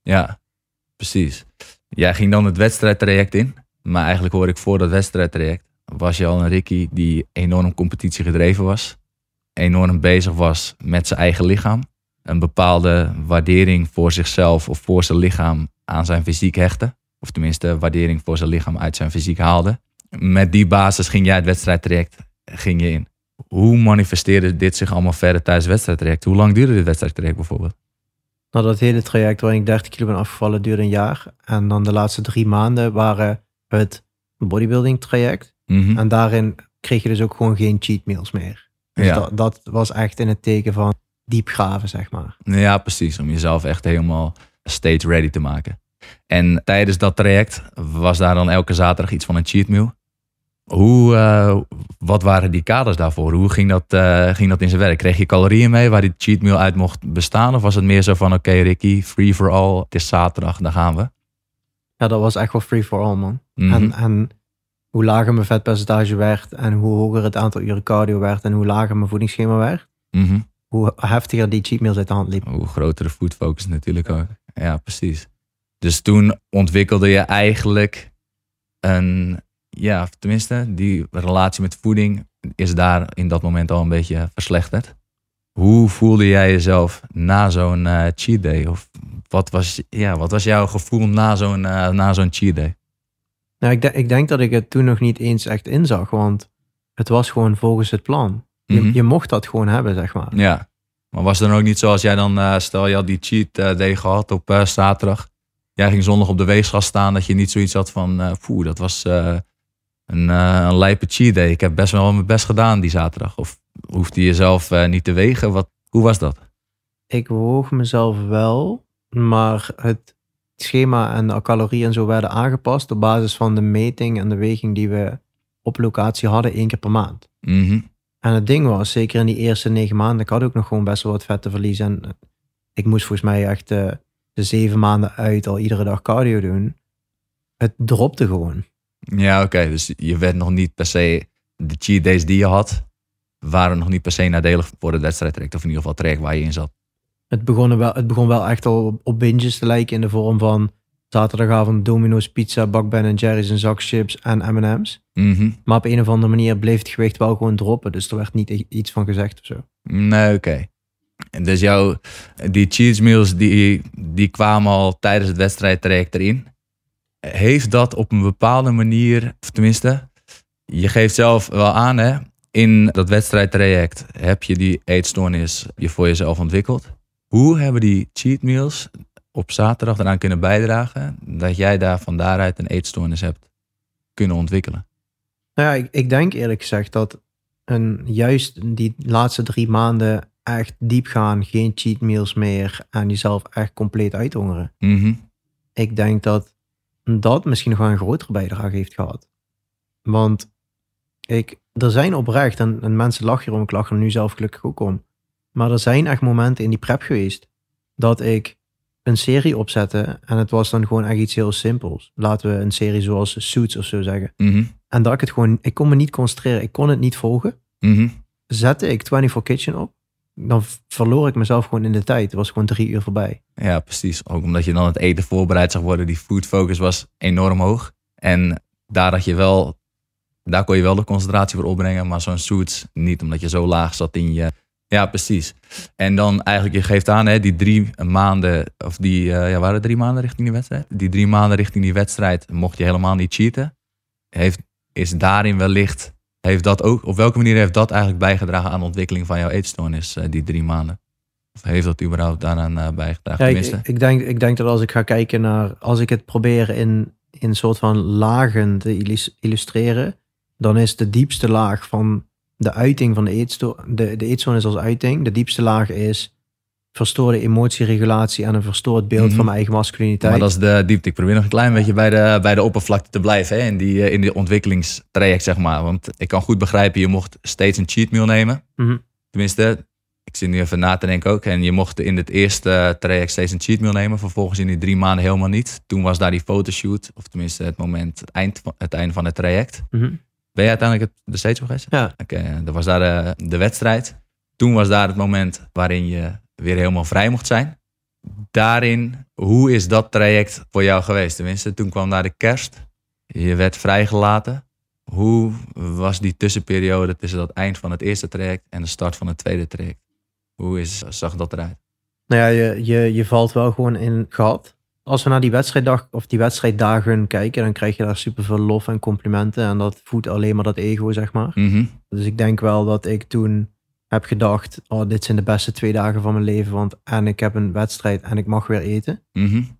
Ja, precies. Jij ging dan het wedstrijdtraject in. Maar eigenlijk hoor ik voor dat wedstrijdtraject was je al een Ricky die enorm competitie gedreven was. Enorm bezig was met zijn eigen lichaam. Een bepaalde waardering voor zichzelf of voor zijn lichaam aan zijn fysiek hechten. Of tenminste waardering voor zijn lichaam uit zijn fysiek haalde. Met die basis ging jij het wedstrijdtraject ging je in. Hoe manifesteerde dit zich allemaal verder tijdens het wedstrijdtraject? Hoe lang duurde dit wedstrijdtraject bijvoorbeeld? Nou, dat hele traject waarin ik dertig kilo ben afgevallen duurde een jaar. En dan de laatste drie maanden waren het bodybuilding traject. Mm-hmm. En daarin kreeg je dus ook gewoon geen cheat meals meer. Dus ja. dat, dat was echt in het teken van diep graven, zeg maar. Ja, precies. Om jezelf echt helemaal stage ready te maken. En tijdens dat traject was daar dan elke zaterdag iets van een cheat meal. Hoe, uh, wat waren die kaders daarvoor? Hoe ging dat, uh, ging dat in zijn werk? Kreeg je calorieën mee waar die cheat meal uit mocht bestaan? Of was het meer zo van, oké okay, Ricky, free for all, het is zaterdag, daar gaan we? Ja, dat was echt wel free for all, man. Mm-hmm. En, en hoe lager mijn vetpercentage werd en hoe hoger het aantal uren cardio werd en hoe lager mijn voedingsschema werd, mm-hmm. hoe heftiger die cheat meals uit de hand liepen. Hoe grotere food focus natuurlijk ook. Ja, precies. Dus toen ontwikkelde je eigenlijk een... Ja, tenminste, die relatie met voeding is daar in dat moment al een beetje verslechterd. Hoe voelde jij jezelf na zo'n uh, cheat day? Of wat was, ja, wat was jouw gevoel na zo'n, uh, na zo'n cheat day? Nou, ik, de- ik denk dat ik het toen nog niet eens echt inzag, want het was gewoon volgens het plan. Je, Mm-hmm. je mocht dat gewoon hebben, zeg maar. Ja, maar was het dan ook niet zoals jij dan, uh, stel je had die cheat uh, day gehad op uh, zaterdag. Jij ging zondag op de weegschaal staan, dat je niet zoiets had van, uh, poeh, dat was... Uh, Een, uh, een lijpe cheat day. Ik heb best wel mijn best gedaan die zaterdag. Of hoefde je jezelf uh, niet te wegen? Wat, hoe was dat? Ik woog mezelf wel, maar het schema en de calorieën en zo werden aangepast op basis van de meting en de weging die we op locatie hadden één keer per maand. Mm-hmm. En het ding was, zeker in die eerste negen maanden, ik had ook nog gewoon best wel wat vet te verliezen. En ik moest volgens mij echt uh, de zeven maanden uit al iedere dag cardio doen. Het dropte gewoon. Ja, oké. Okay. Dus je werd nog niet per se... De cheat days die je had, waren nog niet per se nadelig voor het wedstrijdtraject. Of in ieder geval het traject waar je in zat. Het begon wel, het begon wel echt al op, op binges te lijken in de vorm van zaterdagavond Domino's, pizza, bak Ben Jerry's, een zak chips en M en M's. Mm-hmm. Maar op een of andere manier bleef het gewicht wel gewoon droppen. Dus er werd niet iets van gezegd of zo. Nee, oké. Okay. Dus jouw, die cheat meals die, die kwamen al tijdens het wedstrijdtraject erin. Heeft dat op een bepaalde manier, of tenminste, je geeft zelf wel aan, hè, in dat wedstrijdtraject heb je die eetstoornis je voor jezelf ontwikkeld. Hoe hebben die cheat meals op zaterdag eraan kunnen bijdragen dat jij daar van daaruit een eetstoornis hebt kunnen ontwikkelen? Nou ja, ik, ik denk eerlijk gezegd dat een, juist die laatste drie maanden echt diep gaan, geen cheat meals meer en jezelf echt compleet uithongeren. Mm-hmm. Ik denk dat dat misschien nog wel een grotere bijdrage heeft gehad. Want ik, er zijn oprecht, en, en mensen lachen hierom, ik lach er nu zelf gelukkig ook om, maar er zijn echt momenten in die prep geweest dat ik een serie opzette en het was dan gewoon echt iets heel simpels. Laten we een serie zoals Suits of zo zeggen. Mm-hmm. En dat ik het gewoon, ik kon me niet concentreren, ik kon het niet volgen. Mm-hmm. Zette ik vierentwintig Kitchen op, dan verloor ik mezelf gewoon in de tijd. Het was gewoon drie uur voorbij. Ja, precies. Ook omdat je dan het eten voorbereid zag worden. Die food focus was enorm hoog. En daar had je wel, daar kon je wel de concentratie voor opbrengen, maar zo'n Suits niet, omdat je zo laag zat in je... Ja, precies. En dan eigenlijk, je geeft aan, hè, die drie maanden, of die, uh, ja, waren het drie maanden richting die wedstrijd? Die drie maanden richting die wedstrijd mocht je helemaal niet cheaten. Heeft, is daarin wellicht, heeft dat ook, op welke manier heeft dat eigenlijk bijgedragen aan de ontwikkeling van jouw eetstoornis, uh, die drie maanden? Of heeft dat überhaupt daaraan uh, bijgedragen? Ja, ik, ik, denk, ik denk dat als ik ga kijken naar, als ik het probeer in, in een soort van lagen te illustreren, dan is de diepste laag van de uiting van de eetstoornis, de, de eetstoornis als uiting, de diepste laag is verstoorde emotieregulatie en een verstoord beeld mm-hmm. van mijn eigen masculiniteit. Maar dat is de diepte. Ik probeer nog een klein beetje bij de, bij de oppervlakte te blijven, hè, in die, in die ontwikkelingstraject, zeg maar. Want ik kan goed begrijpen, je mocht steeds een cheat meal nemen. Mm-hmm. Tenminste, ik zit nu even na te denken ook. En je mocht in het eerste traject steeds een cheat meal nemen. Vervolgens in die drie maanden helemaal niet. Toen was daar die fotoshoot, of tenminste het moment, het eind, het einde van het traject. Mm-hmm. Ben je uiteindelijk de steeds geweest? Ja. Oké, okay, dat was daar de, de wedstrijd. Toen was daar het moment waarin je weer helemaal vrij mocht zijn. daarin, hoe is dat traject voor jou geweest? Tenminste, toen kwam naar de kerst. Je werd vrijgelaten. Hoe was die tussenperiode tussen dat eind van het eerste traject en de start van het tweede traject? Hoe is, zag dat eruit? Nou ja, je, je, je valt wel gewoon in het gat. Als we naar die wedstrijddag of die wedstrijddagen kijken, dan krijg je daar superveel lof en complimenten. En dat voedt alleen maar dat ego, zeg maar. Mm-hmm. Dus ik denk wel dat ik toen heb gedacht, oh, dit zijn de beste twee dagen van mijn leven. Want en ik heb een wedstrijd en ik mag weer eten. Mm-hmm.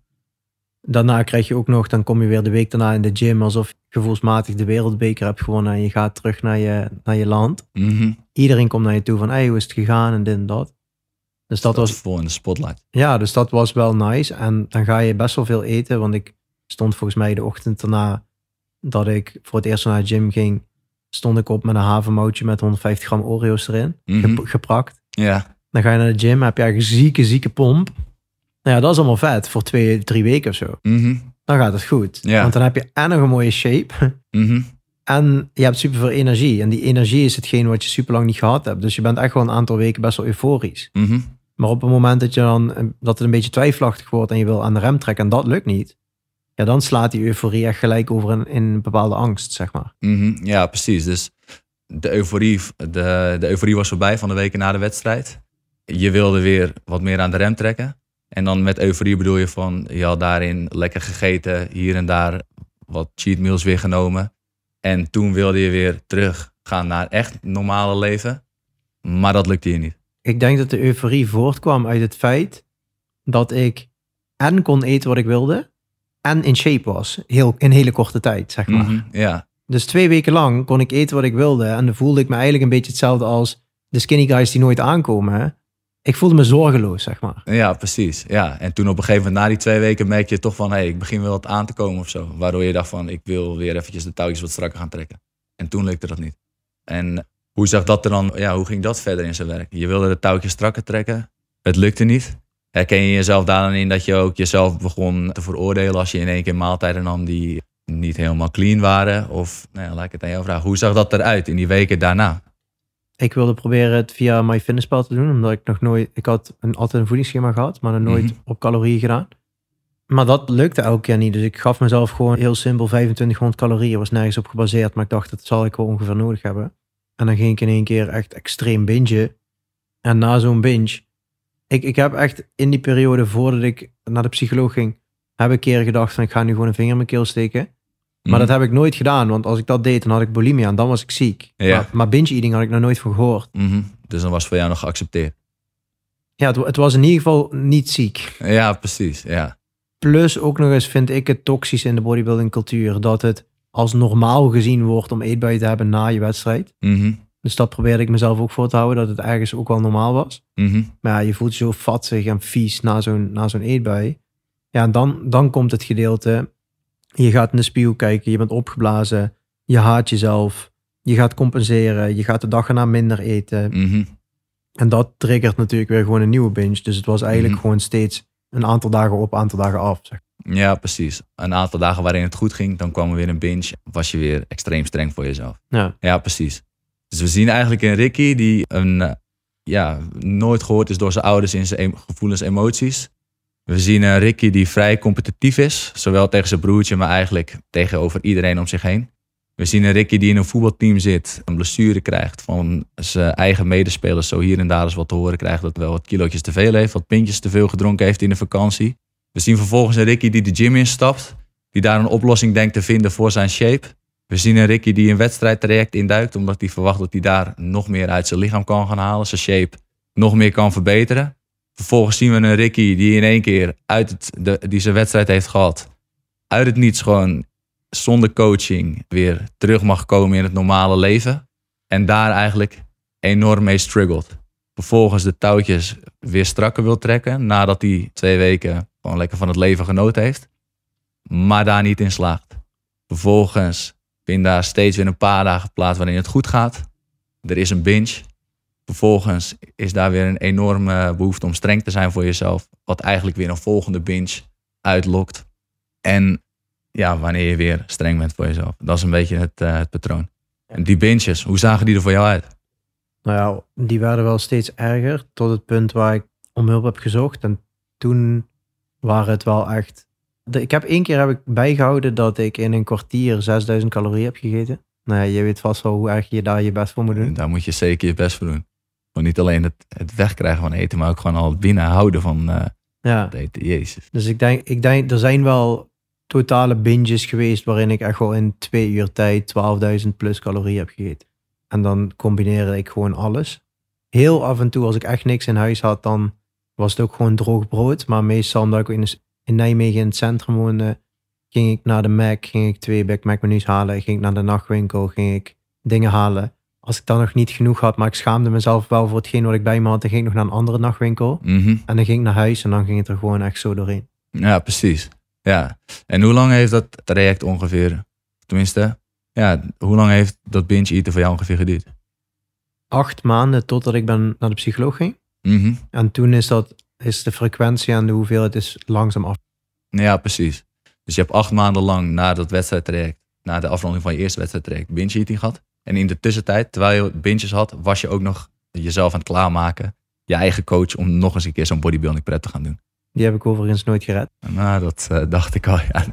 Daarna krijg je ook nog, dan kom je weer de week daarna in de gym alsof je gevoelsmatig de wereldbeker hebt gewonnen. En je gaat terug naar je, naar je land. Mm-hmm. Iedereen komt naar je toe van, hey, hoe is het gegaan en dit en dat. Dus dat, dat was vol in de spotlight. Ja, dus dat was wel nice. En dan ga je best wel veel eten. Want ik stond volgens mij de ochtend daarna dat ik voor het eerst naar de gym ging, stond ik op met een havermoutje met honderdvijftig gram Oreo's erin. Mm-hmm. Gep- geprakt. Ja. Dan ga je naar de gym, heb je eigenlijk een zieke, zieke pomp. Nou ja, dat is allemaal vet voor twee, drie weken of zo. Mm-hmm. Dan gaat het goed. Ja. Want dan heb je en nog een mooie shape. Mm-hmm. En je hebt superveel energie. En die energie is hetgeen wat je super lang niet gehad hebt. Dus je bent echt wel een aantal weken best wel euforisch. Mm-hmm. Maar op het moment dat, je dan, dat het een beetje twijfelachtig wordt en je wil aan de rem trekken en dat lukt niet, ja, dan slaat die euforie echt gelijk over in, in een bepaalde angst, zeg maar. Mm-hmm. Ja, precies. Dus de euforie, de, de euforie was voorbij van de weken na de wedstrijd. Je wilde weer wat meer aan de rem trekken. En dan met euforie bedoel je van, je had daarin lekker gegeten, hier en daar wat cheat meals weer genomen. En toen wilde je weer terug gaan naar echt normale leven. Maar dat lukte je niet. Ik denk dat de euforie voortkwam uit het feit dat ik en kon eten wat ik wilde en in shape was. Heel, in hele korte tijd, zeg maar. Mm-hmm. Ja. Dus twee weken lang kon ik eten wat ik wilde. En dan voelde ik me eigenlijk een beetje hetzelfde als de skinny guys die nooit aankomen. Hè? Ik voelde me zorgeloos, zeg maar. Ja, precies. Ja. En toen op een gegeven moment, na die twee weken, merk je toch van, hé, hey, ik begin wel wat aan te komen of zo. Waardoor je dacht van, ik wil weer eventjes de touwtjes wat strakker gaan trekken. En toen lukte dat niet. En hoe zag dat er dan, ja, hoe ging dat verder in zijn werk? Je wilde de touwtjes strakker trekken. Het lukte niet. Herken je jezelf daar dan in dat je ook jezelf begon te veroordelen als je in één keer maaltijden nam die niet helemaal clean waren? Of, nou ja, laat ik het aan jou vragen. Hoe zag dat eruit in die weken daarna? Ik wilde proberen het via MyFitnessPal te doen, omdat ik nog nooit, ik had een, altijd een voedingsschema gehad, maar nog nooit Mm-hmm. op calorieën gedaan. Maar dat lukte elke keer niet. Dus ik gaf mezelf gewoon heel simpel vijfentwintighonderd calorieën. Was nergens op gebaseerd, maar ik dacht, dat zal ik wel ongeveer nodig hebben. En dan ging ik in één keer echt extreem bingen. En na zo'n binge, ik, ik heb echt in die periode voordat ik naar de psycholoog ging, heb ik een keer gedacht van ik ga nu gewoon een vinger in mijn keel steken. Maar Mm-hmm. dat heb ik nooit gedaan, want als ik dat deed, dan had ik bulimia en dan was ik ziek. Ja. Maar, maar binge-eating had ik nog nooit van gehoord. Mm-hmm. Dus dan was het voor jou nog geaccepteerd. Ja, het, het was in ieder geval niet ziek. Ja, precies. Ja. Plus ook nog eens vind ik het toxisch in de bodybuilding cultuur dat het als normaal gezien wordt om eetbuien te hebben na je wedstrijd. Mm-hmm. Dus dat probeerde ik mezelf ook voor te houden, dat het ergens ook wel normaal was. Mm-hmm. Maar ja, je voelt je zo vatsig en vies na zo'n, na zo'n eetbui. Ja, en dan, dan komt het gedeelte, je gaat in de spiegel kijken, je bent opgeblazen, je haat jezelf, je gaat compenseren, je gaat de dag erna minder eten. Mm-hmm. En dat triggert natuurlijk weer gewoon een nieuwe binge. Dus het was eigenlijk Mm-hmm. gewoon steeds een aantal dagen op, aantal dagen af. Zeg. Ja, precies. Een aantal dagen waarin het goed ging, dan kwam er weer een binge. Was je weer extreem streng voor jezelf. Ja. Ja, precies. Dus we zien eigenlijk een Ricky die een, uh, ja, nooit gehoord is door zijn ouders in zijn em- gevoelens en emoties. We zien een Ricky die vrij competitief is. Zowel tegen zijn broertje, maar eigenlijk tegenover iedereen om zich heen. We zien een Ricky die in een voetbalteam zit, een blessure krijgt van zijn eigen medespelers. Zo hier en daar eens wat te horen krijgt dat hij wel wat kilootjes te veel heeft, wat pintjes te veel gedronken heeft in de vakantie. We zien vervolgens een Ricky die de gym instapt, die daar een oplossing denkt te vinden voor zijn shape. We zien een Ricky die een wedstrijdtraject induikt, omdat hij verwacht dat hij daar nog meer uit zijn lichaam kan gaan halen, zijn shape nog meer kan verbeteren. Vervolgens zien we een Ricky die in één keer uit het, de, die zijn wedstrijd heeft gehad, uit het niets gewoon zonder coaching weer terug mag komen in het normale leven. En daar eigenlijk enorm mee struggelt. Vervolgens de touwtjes weer strakker wil trekken, nadat hij twee weken gewoon lekker van het leven genoten heeft. Maar daar niet in slaagt. Vervolgens vindt daar steeds weer een paar dagen plaats waarin het goed gaat. Er is een binge. Vervolgens is daar weer een enorme behoefte om streng te zijn voor jezelf. Wat eigenlijk weer een volgende binge uitlokt. En ja, wanneer je weer streng bent voor jezelf. Dat is een beetje het, uh, het patroon. En die binges, hoe zagen die er voor jou uit? Nou ja, die werden wel steeds erger tot het punt waar ik om hulp heb gezocht. En toen waren het wel echt... De, ik heb één keer heb ik bijgehouden dat ik in een kwartier zesduizend calorieën heb gegeten. Nou ja, je weet vast wel hoe erg je daar je best voor moet doen. Daar moet je zeker je best voor doen. Want niet alleen het, het wegkrijgen van eten, maar ook gewoon al het binnenhouden van uh, ja. het eten. Jezus. Dus ik denk, ik denk, er zijn wel totale binges geweest waarin ik echt wel in twee uur tijd twaalfduizend plus calorieën heb gegeten. En dan combineerde ik gewoon alles. Heel af en toe, als ik echt niks in huis had, dan was het ook gewoon droog brood. Maar meestal, omdat ik in, in Nijmegen in het centrum woonde, ging ik naar de Mac, ging ik twee Big Mac menus halen, ging ik naar de nachtwinkel, ging ik dingen halen. Als ik dan nog niet genoeg had, maar ik schaamde mezelf wel voor hetgeen wat ik bij me had, dan ging ik nog naar een andere nachtwinkel. Mm-hmm. En dan ging ik naar huis en dan ging het er gewoon echt zo doorheen. Ja, precies. Ja. En hoe lang heeft dat traject ongeveer, tenminste, ja, hoe lang heeft dat binge eten voor jou ongeveer geduurd? Acht maanden totdat ik ben naar de psycholoog ging. Mm-hmm. En toen is, dat, is de frequentie en de hoeveelheid is langzaam af. Ja, precies. Dus je hebt acht maanden lang na dat wedstrijdtraject, na de afronding van je eerste wedstrijdtraject, binge eating gehad. En in de tussentijd, terwijl je binges had, was je ook nog jezelf aan het klaarmaken. Je eigen coach om nog eens een keer zo'n bodybuilding prep te gaan doen. Die heb ik overigens nooit gered. Nou, dat uh, dacht ik al, ja.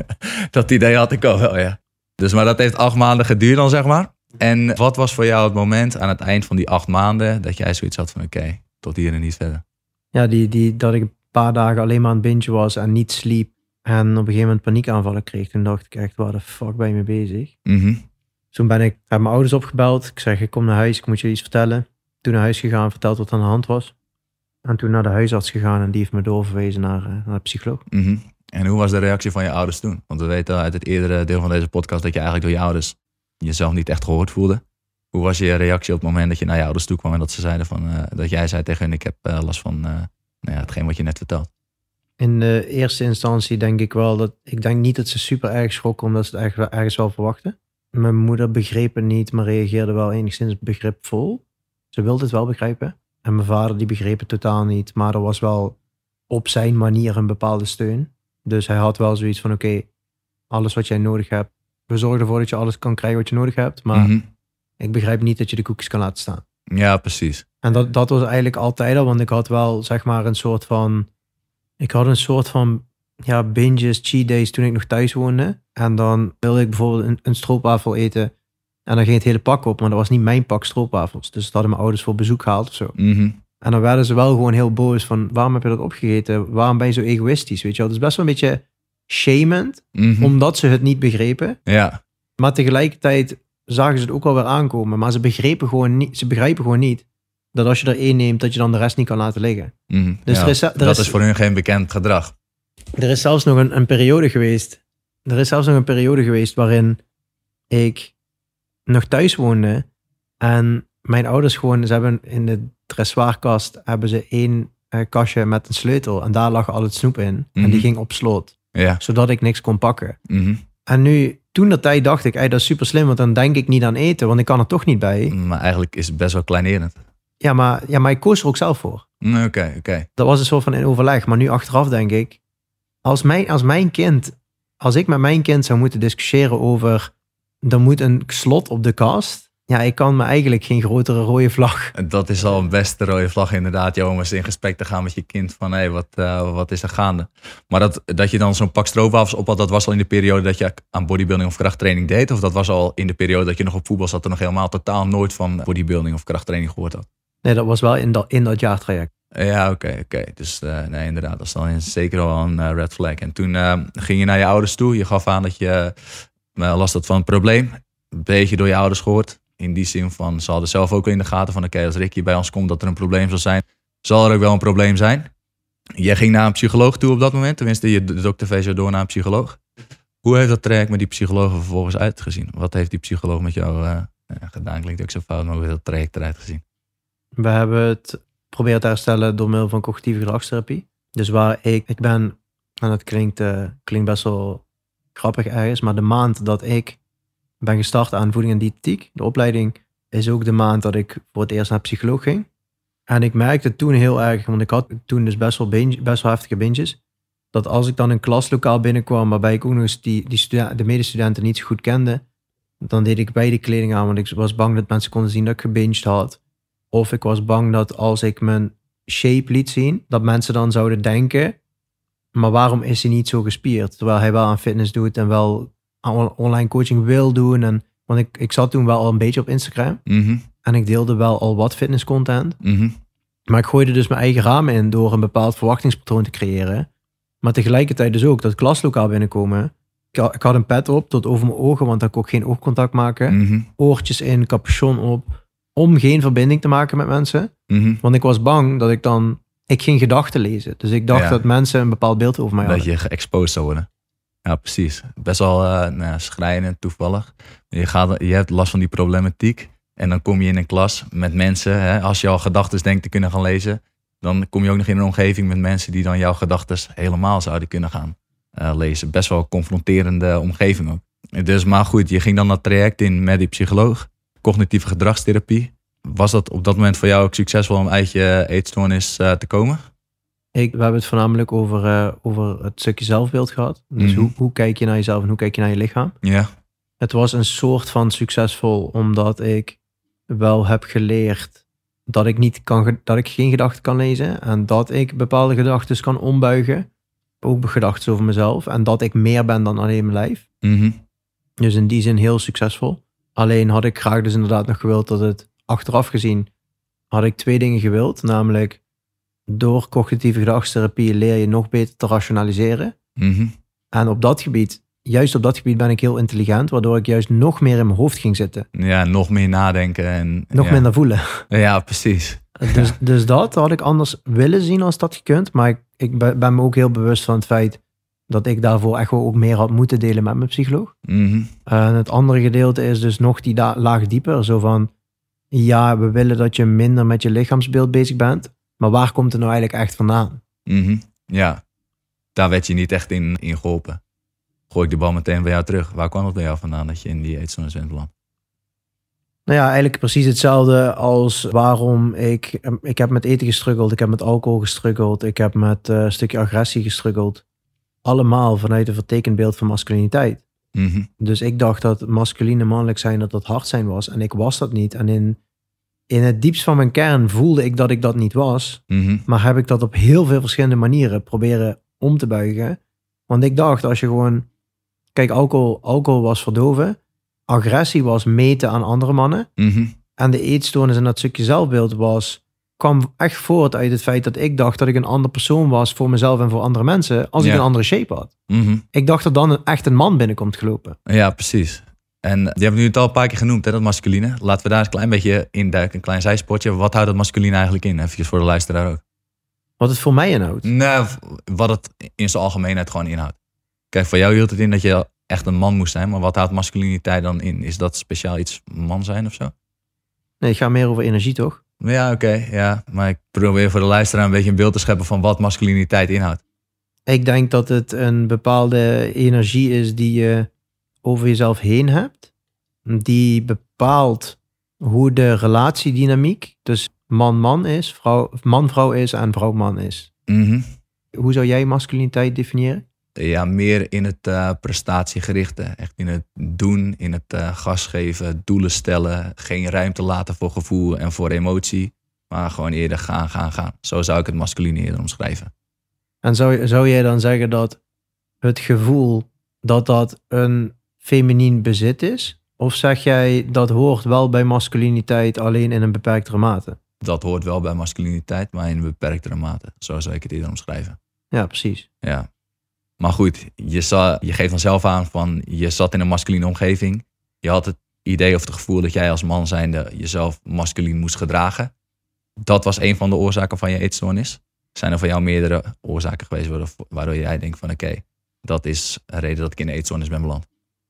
Dat idee had ik al wel, ja. Dus, maar dat heeft acht maanden geduurd dan, zeg maar. En wat was voor jou het moment aan het eind van die acht maanden dat jij zoiets had van oké, okay, tot hier en niet verder? Ja, die, die, dat ik een paar dagen alleen maar aan het bingen was en niet sliep. En op een gegeven moment paniekaanvallen kreeg. Toen dacht ik echt, waar de fuck ben je mee bezig? Mm-hmm. Toen ben ik, heb mijn ouders opgebeld. Ik zeg, ik kom naar huis, ik moet je iets vertellen. Toen naar huis gegaan, verteld wat er aan de hand was. En toen naar de huisarts gegaan en die heeft me doorverwezen naar, uh, naar de psycholoog. Mm-hmm. En hoe was de reactie van je ouders toen? Want we weten uit het eerdere deel van deze podcast dat je eigenlijk door je ouders jezelf niet echt gehoord voelde. Hoe was je reactie op het moment dat je naar je ouders toe kwam en dat ze zeiden van, uh, dat jij zei tegen hun, ik heb uh, last van uh, nou ja, hetgeen wat je net vertelt? In de eerste instantie denk ik wel dat, ik denk niet dat ze super erg schrokken omdat ze het ergens wel verwachten. Mijn moeder begreep het niet, maar reageerde wel enigszins begripvol. Ze wilde het wel begrijpen. En mijn vader die begreep het totaal niet, maar er was wel op zijn manier een bepaalde steun. Dus hij had wel zoiets van, oké, okay, alles wat jij nodig hebt, we zorgen ervoor dat je alles kan krijgen wat je nodig hebt, maar mm-hmm. ik begrijp niet dat je de koekjes kan laten staan. Ja, precies. En dat, dat was eigenlijk altijd al, want ik had wel, zeg maar, een soort van, ik had een soort van, ja, binges, cheat days toen ik nog thuis woonde. En dan wilde ik bijvoorbeeld een, een stroopwafel eten en dan ging het hele pak op, maar dat was niet mijn pak stroopwafels. Dus dat hadden mijn ouders voor bezoek gehaald of zo. Mm-hmm. En dan werden ze wel gewoon heel boos van, waarom heb je dat opgegeten? Waarom ben je zo egoïstisch, weet je wel? Het is best wel een beetje shamend, mm-hmm. omdat ze het niet begrepen. Ja. Maar tegelijkertijd zagen ze het ook wel weer aankomen. Maar ze begrepen gewoon niet, ze begrijpen gewoon niet dat als je er één neemt, dat je dan de rest niet kan laten liggen. Mm-hmm. Dus ja, er is, er dat is, is voor hun geen bekend gedrag. Er is zelfs nog een, een periode geweest, er is zelfs nog een periode geweest waarin ik nog thuis woonde en mijn ouders gewoon, ze hebben in de dressoirkast hebben ze één uh, kastje met een sleutel en daar lag al het snoep in. Mm-hmm. En die ging op slot. Ja. Zodat ik niks kon pakken. Mm-hmm. En nu, toen dat tijd dacht ik, hey, dat is super slim, want dan denk ik niet aan eten, want ik kan er toch niet bij. Maar eigenlijk is het best wel kleinerend. Ja, maar, ja, maar ik koos er ook zelf voor. Oké, okay, oké. Okay. Dat was een soort van in overleg. Maar nu achteraf denk ik, als mijn, als mijn kind, als ik met mijn kind zou moeten discussiëren over, er moet een slot op de kast. Ja, ik kan me eigenlijk geen grotere rode vlag. Dat is al een beste rode vlag inderdaad, ja, om eens in gesprek te gaan met je kind van, hé, hey, wat, uh, wat is er gaande? Maar dat, dat je dan zo'n pak stroopwafels op had, dat was al in de periode dat je aan bodybuilding of krachttraining deed? Of dat was al in de periode dat je nog op voetbal zat en nog helemaal totaal nooit van bodybuilding of krachttraining gehoord had? Nee, dat was wel in dat, in dat jaartraject. Ja, oké, okay, oké. Okay. Dus uh, nee, inderdaad, dat is dan zeker wel een uh, red flag. En toen uh, ging je naar je ouders toe. Je gaf aan dat je uh, last had van een probleem. Een beetje door je ouders gehoord. In die zin van, ze hadden zelf ook in de gaten van, oké, okay, als Ricky bij ons komt dat er een probleem zal zijn, zal er ook wel een probleem zijn. Jij ging naar een psycholoog toe op dat moment. Tenminste, je dokter wees jou door naar een psycholoog. Hoe heeft dat traject met die psycholoog vervolgens uitgezien? Wat heeft die psycholoog met jou uh, gedaan? Klinkt ook zo fout, maar hoe heeft dat traject eruit gezien? We hebben het proberen te herstellen door middel van cognitieve gedragstherapie. Dus waar ik, ik ben, en dat klinkt, uh, klinkt best wel grappig ergens, maar de maand dat ik ben gestart aan voeding en diëtetiek, de opleiding, is ook de maand dat ik voor het eerst naar psycholoog ging. En ik merkte toen heel erg, want ik had toen dus best wel, binge, best wel heftige binges, dat als ik dan een klaslokaal binnenkwam, waarbij ik ook nog eens die, die studenten, de medestudenten niet zo goed kende, dan deed ik beide kleding aan, want ik was bang dat mensen konden zien dat ik gebinged had. Of ik was bang dat als ik mijn shape liet zien, dat mensen dan zouden denken, maar waarom is hij niet zo gespierd? Terwijl hij wel aan fitness doet en wel aan online coaching wil doen. En, want ik, ik zat toen wel al een beetje op Instagram. Mm-hmm. En ik deelde wel al wat fitness content. Mm-hmm. Maar ik gooide dus mijn eigen ramen in door een bepaald verwachtingspatroon te creëren. Maar tegelijkertijd dus ook dat klaslokaal binnenkomen. Ik had, ik had een pet op tot over mijn ogen, want dan kon ik geen oogcontact maken. Mm-hmm. Oortjes in, capuchon op. Om geen verbinding te maken met mensen. Mm-hmm. Want ik was bang dat ik dan... Ik ging gedachten lezen. Dus ik dacht Ja. dat mensen een bepaald beeld over mij Dat hadden. je geëxposed zou worden. Ja, precies. Best wel uh, nou ja, schrijnend, toevallig. Je, gaat, je hebt last van die problematiek. En dan kom je in een klas met mensen. Hè, als je al gedachten denkt te kunnen gaan lezen. Dan kom je ook nog in een omgeving met mensen die dan jouw gedachten helemaal zouden kunnen gaan uh, lezen. Best wel een confronterende omgeving ook. Dus maar goed, je ging dan dat traject in met die psycholoog. Cognitieve gedragstherapie. Was dat op dat moment voor jou ook succesvol om uit je eetstoornis uh, te komen? Ik, we hebben het voornamelijk over, uh, over het stukje zelfbeeld gehad. Dus Mm-hmm. hoe, hoe kijk je naar jezelf en hoe kijk je naar je lichaam? Ja. Het was een soort van succesvol, omdat ik wel heb geleerd dat ik, niet kan, dat ik geen gedachten kan lezen. En dat ik bepaalde gedachten kan ombuigen. Ook gedachten over mezelf. En dat ik meer ben dan alleen mijn lijf. Mm-hmm. Dus in die zin heel succesvol. Alleen had ik graag dus inderdaad nog gewild dat het achteraf gezien had ik twee dingen gewild. Namelijk door cognitieve gedragstherapie leer je nog beter te rationaliseren. Mm-hmm. En op dat gebied, juist op dat gebied ben ik heel intelligent. Waardoor ik juist nog meer in mijn hoofd ging zitten. Ja, nog meer nadenken. En, Nog ja. minder voelen. Ja, precies. Dus, dus dat had ik anders willen zien als dat gekund. Maar ik, ik ben ben me ook heel bewust van het feit dat ik daarvoor echt wel ook meer had moeten delen met mijn psycholoog. Mm-hmm. En het andere gedeelte is dus nog die da- laag dieper. Zo van, ja, we willen dat je minder met je lichaamsbeeld bezig bent. Maar waar komt het nou eigenlijk echt vandaan? Mm-hmm. Ja, daar werd je niet echt in, in geholpen. Gooi ik de bal meteen bij jou terug. Waar kwam het bij jou vandaan dat je in die eetstoornis bent beland? Nou ja, eigenlijk precies hetzelfde als waarom ik... Ik heb met eten gestruggeld, ik heb met alcohol gestruggeld, ik heb met uh, een stukje agressie gestruggeld. Allemaal vanuit een vertekend beeld van masculiniteit. Mm-hmm. Dus ik dacht dat masculine mannelijk zijn, dat dat hard zijn was. En ik was dat niet. En in, in het diepst van mijn kern voelde ik dat ik dat niet was. Mm-hmm. Maar heb ik dat op heel veel verschillende manieren proberen om te buigen. Want ik dacht, als je gewoon... Kijk, alcohol, alcohol was verdoven. Agressie was meten aan andere mannen. Mm-hmm. En de eetstoornis en dat stukje zelfbeeld was... kwam echt voort uit het feit dat ik dacht dat ik een andere persoon was voor mezelf en voor andere mensen. Als Ja. ik een andere shape had. Mm-hmm. Ik dacht dat dan een, echt een man binnenkomt gelopen. Ja, precies. En je hebt nu het al een paar keer genoemd, hè, dat masculine. Laten we daar eens een klein beetje induiken, een klein zijspotje. Wat houdt dat masculine eigenlijk in? Even voor de luisteraar ook. Wat het voor mij inhoudt. Nou, wat het in zijn algemeenheid gewoon inhoudt. Kijk, voor jou hield het in dat je echt een man moest zijn. Maar wat houdt masculiniteit dan in? Is dat speciaal iets man zijn of zo? Nee, het gaat meer over energie, toch? Ja, oké. Okay, ja. Maar ik probeer voor de luisteraar een beetje een beeld te scheppen van wat masculiniteit inhoudt. Ik denk dat het een bepaalde energie is die je over jezelf heen hebt. Die bepaalt hoe de relatiedynamiek dus man-man is, vrouw, man-vrouw is en vrouw-man is. Mm-hmm. Hoe zou jij masculiniteit definiëren? Ja, meer in het uh, prestatiegerichte. Echt in het doen, in het uh, gas geven, doelen stellen. Geen ruimte laten voor gevoel en voor emotie. Maar gewoon eerder gaan, gaan, gaan. Zo zou ik het masculine eerder omschrijven. En zou, zou jij dan zeggen dat het gevoel dat dat een feminien bezit is? Of zeg jij dat hoort wel bij masculiniteit alleen in een beperktere mate? Dat hoort wel bij masculiniteit, maar in een beperktere mate. Zo zou ik het eerder omschrijven. Ja, precies. Ja. Maar goed, je, za, je geeft dan zelf aan van je zat in een masculine omgeving. Je had het idee of het gevoel dat jij als man zijnde jezelf masculien moest gedragen. Dat was een van de oorzaken van je eetstoornis. Zijn er voor jou meerdere oorzaken geweest waardoor jij denkt van oké, okay, dat is een reden dat ik in de eetstoornis ben beland?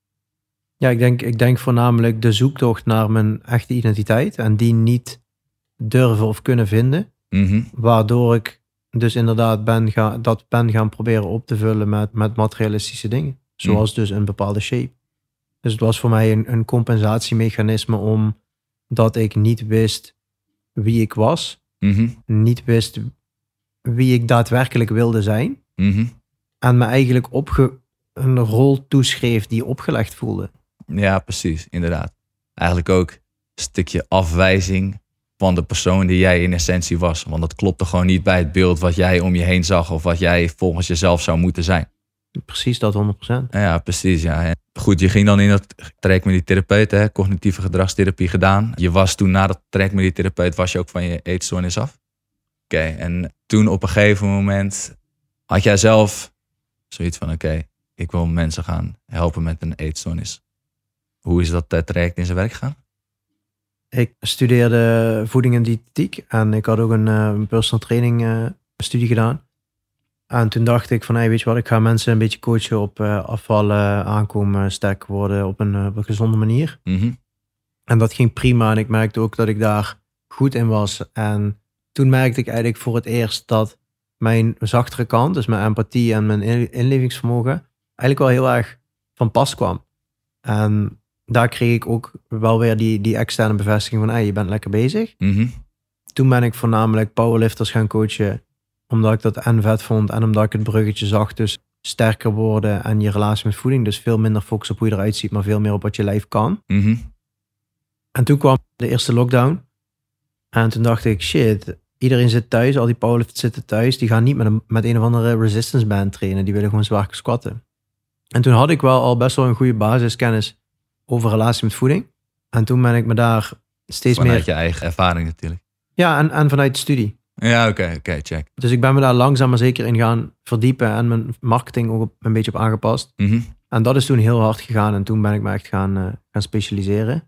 Ja, ik denk, ik denk voornamelijk de zoektocht naar mijn echte identiteit en die niet durven of kunnen vinden. Mm-hmm. Waardoor ik dus inderdaad ben ga, dat ben gaan proberen op te vullen met, met materialistische dingen. Zoals mm. dus een bepaalde shape. Dus het was voor mij een, een compensatiemechanisme omdat ik niet wist wie ik was. Mm-hmm. Niet wist wie ik daadwerkelijk wilde zijn. Mm-hmm. En me eigenlijk opge, een rol toeschreef die opgelegd voelde. Ja, precies, inderdaad. Eigenlijk ook een stukje afwijzing van de persoon die jij in essentie was. Want dat klopte gewoon niet bij het beeld wat jij om je heen zag of wat jij volgens jezelf zou moeten zijn. Precies dat, honderd procent. Ja, precies. Ja. En goed, je ging dan in dat traject met die therapeut, hè, cognitieve gedragstherapie gedaan. Je was toen na dat traject met die therapeut, was je ook van je eetstoornis af? Oké, okay, en toen op een gegeven moment had jij zelf zoiets van, oké, okay, ik wil mensen gaan helpen met een eetstoornis. Hoe is dat uh, traject in zijn werk gegaan? Ik studeerde voeding en diëtetiek en ik had ook een, uh, een personal training uh, studie gedaan. En toen dacht ik van, hey, weet je wat, ik ga mensen een beetje coachen op uh, afvallen, aankomen, sterk worden op een, uh, op een gezonde manier. Mm-hmm. En dat ging prima en ik merkte ook dat ik daar goed in was. En toen merkte ik eigenlijk voor het eerst dat mijn zachtere kant, dus mijn empathie en mijn inlevingsvermogen, eigenlijk wel heel erg van pas kwam. En daar kreeg ik ook wel weer die, die externe bevestiging van, hey, je bent lekker bezig. Mm-hmm. Toen ben ik voornamelijk powerlifters gaan coachen, omdat ik dat en vet vond en omdat ik het bruggetje zag. Dus sterker worden en je relatie met voeding. Dus veel minder focus op hoe je eruit ziet, maar veel meer op wat je lijf kan. Mm-hmm. En toen kwam de eerste lockdown. En toen dacht ik, shit, iedereen zit thuis, al die powerlifters zitten thuis. Die gaan niet met een, met een of andere resistance band trainen. Die willen gewoon zwaar squatten. En toen had ik wel al best wel een goede basiskennis over relatie met voeding. En toen ben ik me daar steeds vanuit meer... Vanuit je eigen ervaring natuurlijk. Ja, en, en vanuit de studie. Ja, oké, okay, oké, okay, check. Dus ik ben me daar langzaam maar zeker in gaan verdiepen en mijn marketing ook op, een beetje op aangepast. Mm-hmm. En dat is toen heel hard gegaan en toen ben ik me echt gaan, uh, gaan specialiseren.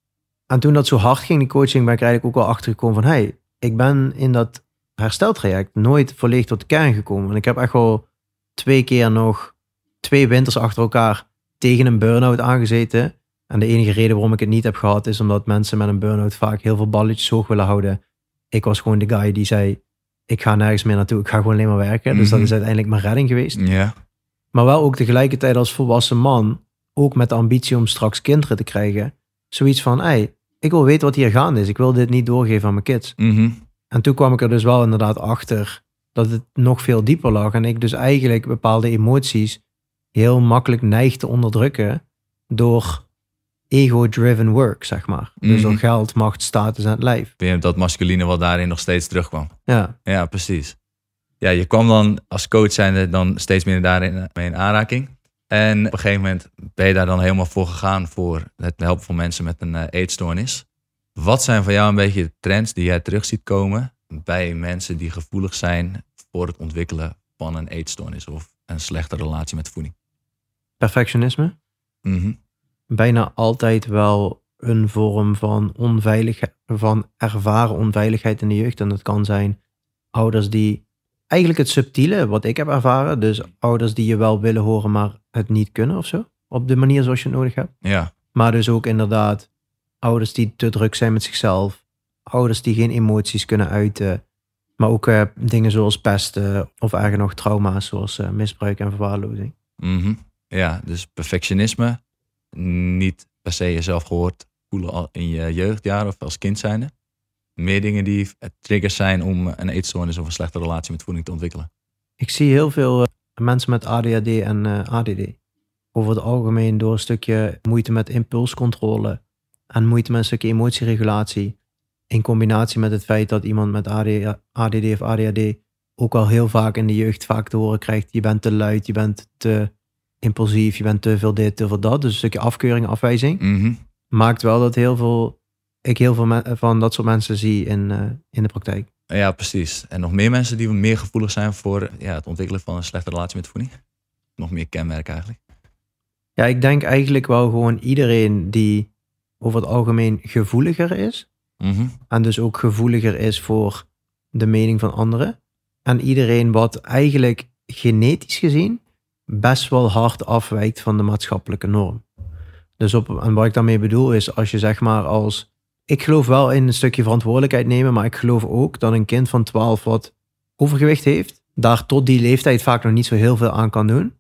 En toen dat zo hard ging, die coaching, ben ik eigenlijk ook wel achtergekomen van, hey, ik ben in dat hersteltraject nooit volledig tot de kern gekomen. En ik heb echt wel twee keer nog, twee winters achter elkaar tegen een burn-out aangezeten. En de enige reden waarom ik het niet heb gehad is omdat mensen met een burn-out vaak heel veel balletjes hoog willen houden. Ik was gewoon de guy die zei, ik ga nergens meer naartoe, ik ga gewoon alleen maar werken. Mm-hmm. Dus dat is uiteindelijk mijn redding geweest. Yeah. Maar wel ook tegelijkertijd als volwassen man, ook met de ambitie om straks kinderen te krijgen, zoiets van, hey, ik wil weten wat hier gaande is. Ik wil dit niet doorgeven aan mijn kids. Mm-hmm. En toen kwam ik er dus wel inderdaad achter dat het nog veel dieper lag. En ik dus eigenlijk bepaalde emoties heel makkelijk neig te onderdrukken door ego-driven work, zeg maar. Mm-hmm. Dus door geld, macht, status en het lijf. Dat masculine wat daarin nog steeds terugkwam. Ja. Ja, precies. Ja, je kwam dan als coach zijnde dan steeds meer daarin mee in aanraking. En op een gegeven moment ben je daar dan helemaal voor gegaan voor het helpen van mensen met een uh, eetstoornis. Wat zijn voor jou een beetje de trends die jij terug ziet komen bij mensen die gevoelig zijn voor het ontwikkelen van een eetstoornis of een slechte relatie met voeding? Perfectionisme. Mm-hmm. Bijna altijd wel een vorm van onveiligheid, van ervaren onveiligheid in de jeugd. En dat kan zijn ouders die eigenlijk het subtiele, wat ik heb ervaren. Dus ouders die je wel willen horen, maar het niet kunnen of zo. Op de manier zoals je het nodig hebt. Ja. Maar dus ook inderdaad ouders die te druk zijn met zichzelf. Ouders die geen emoties kunnen uiten. Maar ook uh, dingen zoals pesten of erger nog trauma's zoals uh, misbruik en verwaarlozing. Mm-hmm. Ja, dus perfectionisme. Niet per se jezelf gehoord voelen al in je jeugdjaren of als kind zijnde. Meer dingen die triggers zijn om een eetstoornis of een slechte relatie met voeding te ontwikkelen. Ik zie heel veel uh, mensen met A D H D en uh, A D D. Over het algemeen door een stukje moeite met impulscontrole en moeite met een stukje emotieregulatie. In combinatie met het feit dat iemand met A D D of A D H D ook al heel vaak in de jeugd vaak te horen krijgt. Je bent te luid, je bent te impulsief, je bent te veel dit, te veel dat. Dus een stukje afkeuring, afwijzing. Mm-hmm. Maakt wel dat heel veel, ik heel veel me- van dat soort mensen zie in, uh, in de praktijk. Ja, precies. En nog meer mensen die meer gevoelig zijn voor ja, het ontwikkelen van een slechte relatie met voeding? Nog meer kenmerken eigenlijk? Ja, ik denk eigenlijk wel gewoon iedereen die over het algemeen gevoeliger is. Mm-hmm. En dus ook gevoeliger is voor de mening van anderen. En iedereen wat eigenlijk genetisch gezien best wel hard afwijkt van de maatschappelijke norm. Dus op, en wat ik daarmee bedoel is, als je zeg maar als... Ik geloof wel in een stukje verantwoordelijkheid nemen, maar ik geloof ook dat een kind van twaalf wat overgewicht heeft, daar tot die leeftijd vaak nog niet zo heel veel aan kan doen.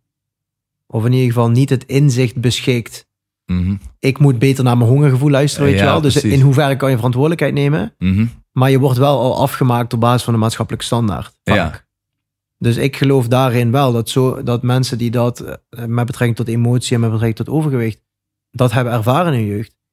Of in ieder geval niet het inzicht beschikt. Mm-hmm. Ik moet beter naar mijn hongergevoel luisteren, weet ja, je wel. Dus precies. in hoeverre kan je verantwoordelijkheid nemen? Mm-hmm. Maar je wordt wel al afgemaakt op basis van de maatschappelijke standaard. Vaak. Ja. Dus ik geloof daarin wel dat, zo, dat mensen die dat met betrekking tot emotie en met betrekking tot overgewicht, dat hebben ervaren in hun jeugd,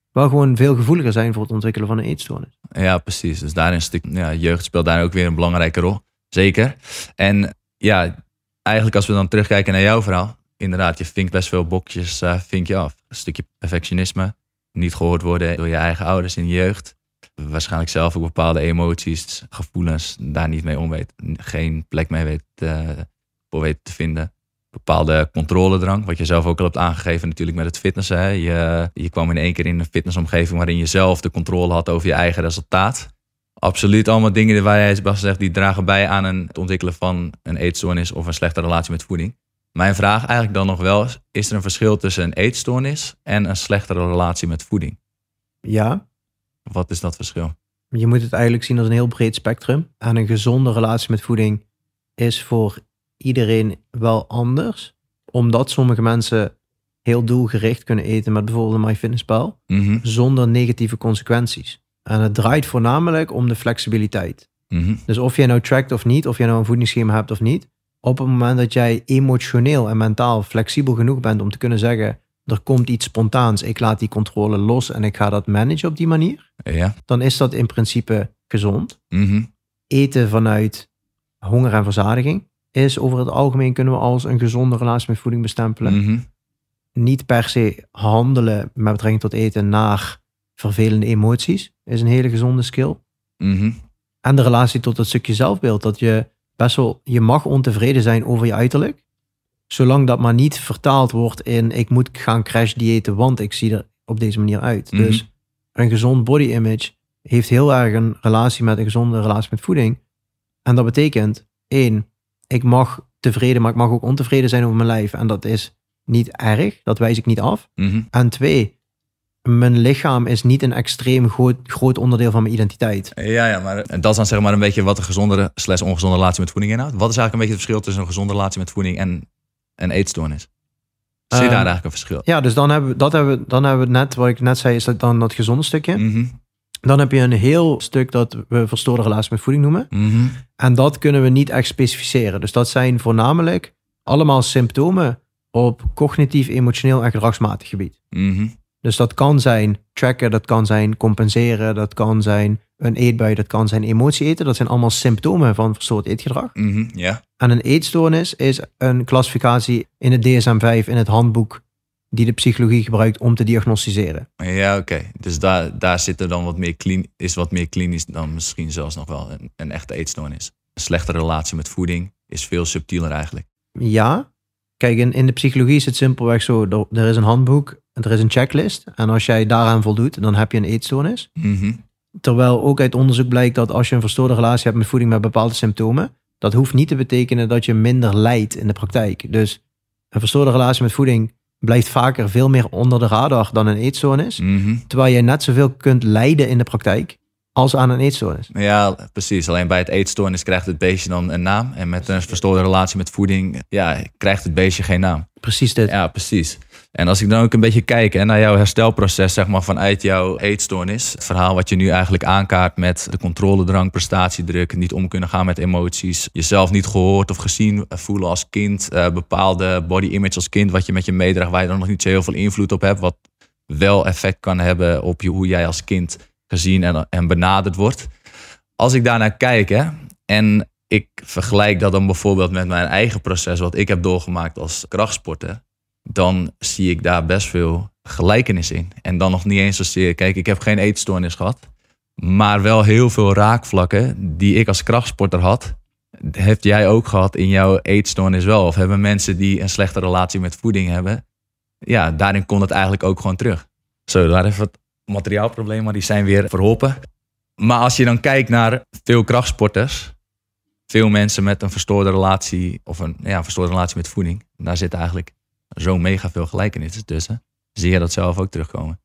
wel gewoon veel gevoeliger zijn voor het ontwikkelen van een eetstoornis. Ja, precies. Dus daarin een stuk, ja, jeugd speelt daar ook weer een belangrijke rol. Zeker. En ja, eigenlijk als we dan terugkijken naar jouw verhaal. Inderdaad, je vinkt best veel bokjes, uh, vink je af. Een stukje perfectionisme. Niet gehoord worden door je eigen ouders in je jeugd. Waarschijnlijk zelf ook bepaalde emoties, gevoelens, daar niet mee om weet. Geen plek mee weet, uh, voor weet te vinden. Bepaalde controledrang, wat je zelf ook al hebt aangegeven natuurlijk met het fitnessen. Hè. Je, je kwam in één keer in een fitnessomgeving waarin je zelf de controle had over je eigen resultaat. Absoluut allemaal dingen waar jij zegt, die dragen bij aan een, het ontwikkelen van een eetstoornis of een slechte relatie met voeding. Mijn vraag eigenlijk dan nog wel, is er een verschil tussen een eetstoornis en een slechtere relatie met voeding? Ja. Wat is dat verschil? Je moet het eigenlijk zien als een heel breed spectrum. En een gezonde relatie met voeding is voor iedereen wel anders. Omdat sommige mensen heel doelgericht kunnen eten met bijvoorbeeld een MyFitnessPal. Mm-hmm. Zonder negatieve consequenties. En het draait voornamelijk om de flexibiliteit. Mm-hmm. Dus of jij nou trackt of niet, of jij nou een voedingsschema hebt of niet. Op het moment dat jij emotioneel en mentaal flexibel genoeg bent om te kunnen zeggen, er komt iets spontaans, ik laat die controle los en ik ga dat managen op die manier. Ja. Dan is dat in principe gezond. Mm-hmm. Eten vanuit honger en verzadiging is over het algemeen kunnen we als een gezonde relatie met voeding bestempelen. Mm-hmm. Niet per se handelen met betrekking tot eten naar vervelende emoties is een hele gezonde skill. Mm-hmm. En de relatie tot het stukje zelfbeeld. Dat je best wel, je mag ontevreden zijn over je uiterlijk. Zolang dat maar niet vertaald wordt in ik moet gaan crash diëten, want ik zie er op deze manier uit. Mm-hmm. Dus een gezond body image heeft heel erg een relatie met een gezonde relatie met voeding. En dat betekent, één, ik mag tevreden, maar ik mag ook ontevreden zijn over mijn lijf. En dat is niet erg, dat wijs ik niet af. Mm-hmm. En twee, mijn lichaam is niet een extreem groot, groot onderdeel van mijn identiteit. Ja, ja, maar dat is dan zeg maar een beetje wat een gezondere slash ongezonde relatie met voeding inhoudt. Wat is eigenlijk een beetje het verschil tussen een gezonde relatie met voeding en een eetstoornis? Zie je Um, daar eigenlijk een verschil? Ja, dus dan hebben we, dat hebben we, dan hebben we net, wat ik net zei, is dat dan dat gezonde stukje. Mm-hmm. Dan heb je een heel stuk dat we verstoorde relatie met voeding noemen. Mm-hmm. En dat kunnen we niet echt specificeren. Dus dat zijn voornamelijk allemaal symptomen op cognitief, emotioneel en gedragsmatig gebied. Mm-hmm. Dus dat kan zijn tracken, dat kan zijn compenseren, dat kan zijn een eetbui, dat kan zijn emotie eten. Dat zijn allemaal symptomen van verstoord eetgedrag. Mm-hmm. Ja. En een eetstoornis is een klassificatie in het D S M vijf, in het handboek die de psychologie gebruikt om te diagnosticeren. Ja, oké. Okay. Dus daar, daar zit er dan wat meer klin, is wat meer klinisch dan misschien zelfs nog wel een, een echte eetstoornis. Een slechte relatie met voeding is veel subtieler eigenlijk. Ja. Kijk, in, in de psychologie is het simpelweg zo. Er, er is een handboek, er is een checklist. En als jij daaraan voldoet, dan heb je een eetstoornis. Mm-hmm. Terwijl ook uit onderzoek blijkt dat als je een verstoorde relatie hebt met voeding met bepaalde symptomen, dat hoeft niet te betekenen dat je minder lijdt in de praktijk. Dus een verstoorde relatie met voeding blijft vaker veel meer onder de radar dan een eetstoornis. Mm-hmm. Terwijl je net zoveel kunt lijden in de praktijk als aan een eetstoornis. Ja, precies. Alleen bij het eetstoornis krijgt het beestje dan een naam. En met een verstoorde relatie met voeding, ja, krijgt het beestje geen naam. Precies dit. Ja, precies. En als ik dan ook een beetje kijk hè, naar jouw herstelproces, zeg maar, vanuit jouw eetstoornis. Het verhaal wat je nu eigenlijk aankaart met de controledrang, prestatiedruk, niet om kunnen gaan met emoties, jezelf niet gehoord of gezien voelen als kind, uh, bepaalde body image als kind, wat je met je meedraagt, waar je dan nog niet zo heel veel invloed op hebt, wat wel effect kan hebben op je, hoe jij als kind gezien en, en benaderd wordt. Als ik daarnaar kijk hè, en ik vergelijk dat dan bijvoorbeeld met mijn eigen proces, wat ik heb doorgemaakt als krachtsporter, dan zie ik daar best veel gelijkenis in. En dan nog niet eens zozeer, kijk, ik heb geen eetstoornis gehad, maar wel heel veel raakvlakken die ik als krachtsporter had, heb jij ook gehad in jouw eetstoornis wel? Of hebben mensen die een slechte relatie met voeding hebben, ja, daarin komt het eigenlijk ook gewoon terug. Zo, daar even wat materiaalproblemen, maar die zijn weer verholpen. Maar als je dan kijkt naar veel krachtsporters, veel mensen met een verstoorde relatie of een ja, verstoorde relatie met voeding, daar zit eigenlijk zo mega veel gelijkenissen tussen. Zie je dat zelf ook terugkomen?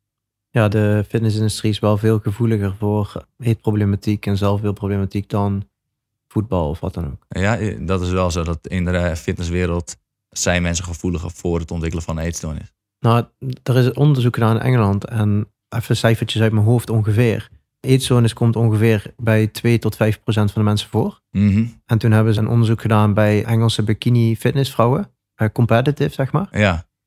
Ja, de fitnessindustrie is wel veel gevoeliger voor eetproblematiek en zelfbeeldproblematiek dan voetbal of wat dan ook. Ja, dat is wel zo. Dat in de fitnesswereld zijn mensen gevoeliger voor het ontwikkelen van een eetstoornis. Nou, er is onderzoek gedaan in Engeland en even cijfertjes uit mijn hoofd ongeveer. Eetstoornis komt ongeveer bij twee tot vijf procent van de mensen voor. Mm-hmm. En toen hebben ze een onderzoek gedaan bij Engelse bikini fitnessvrouwen. Uh, competitive, zeg maar. Ja.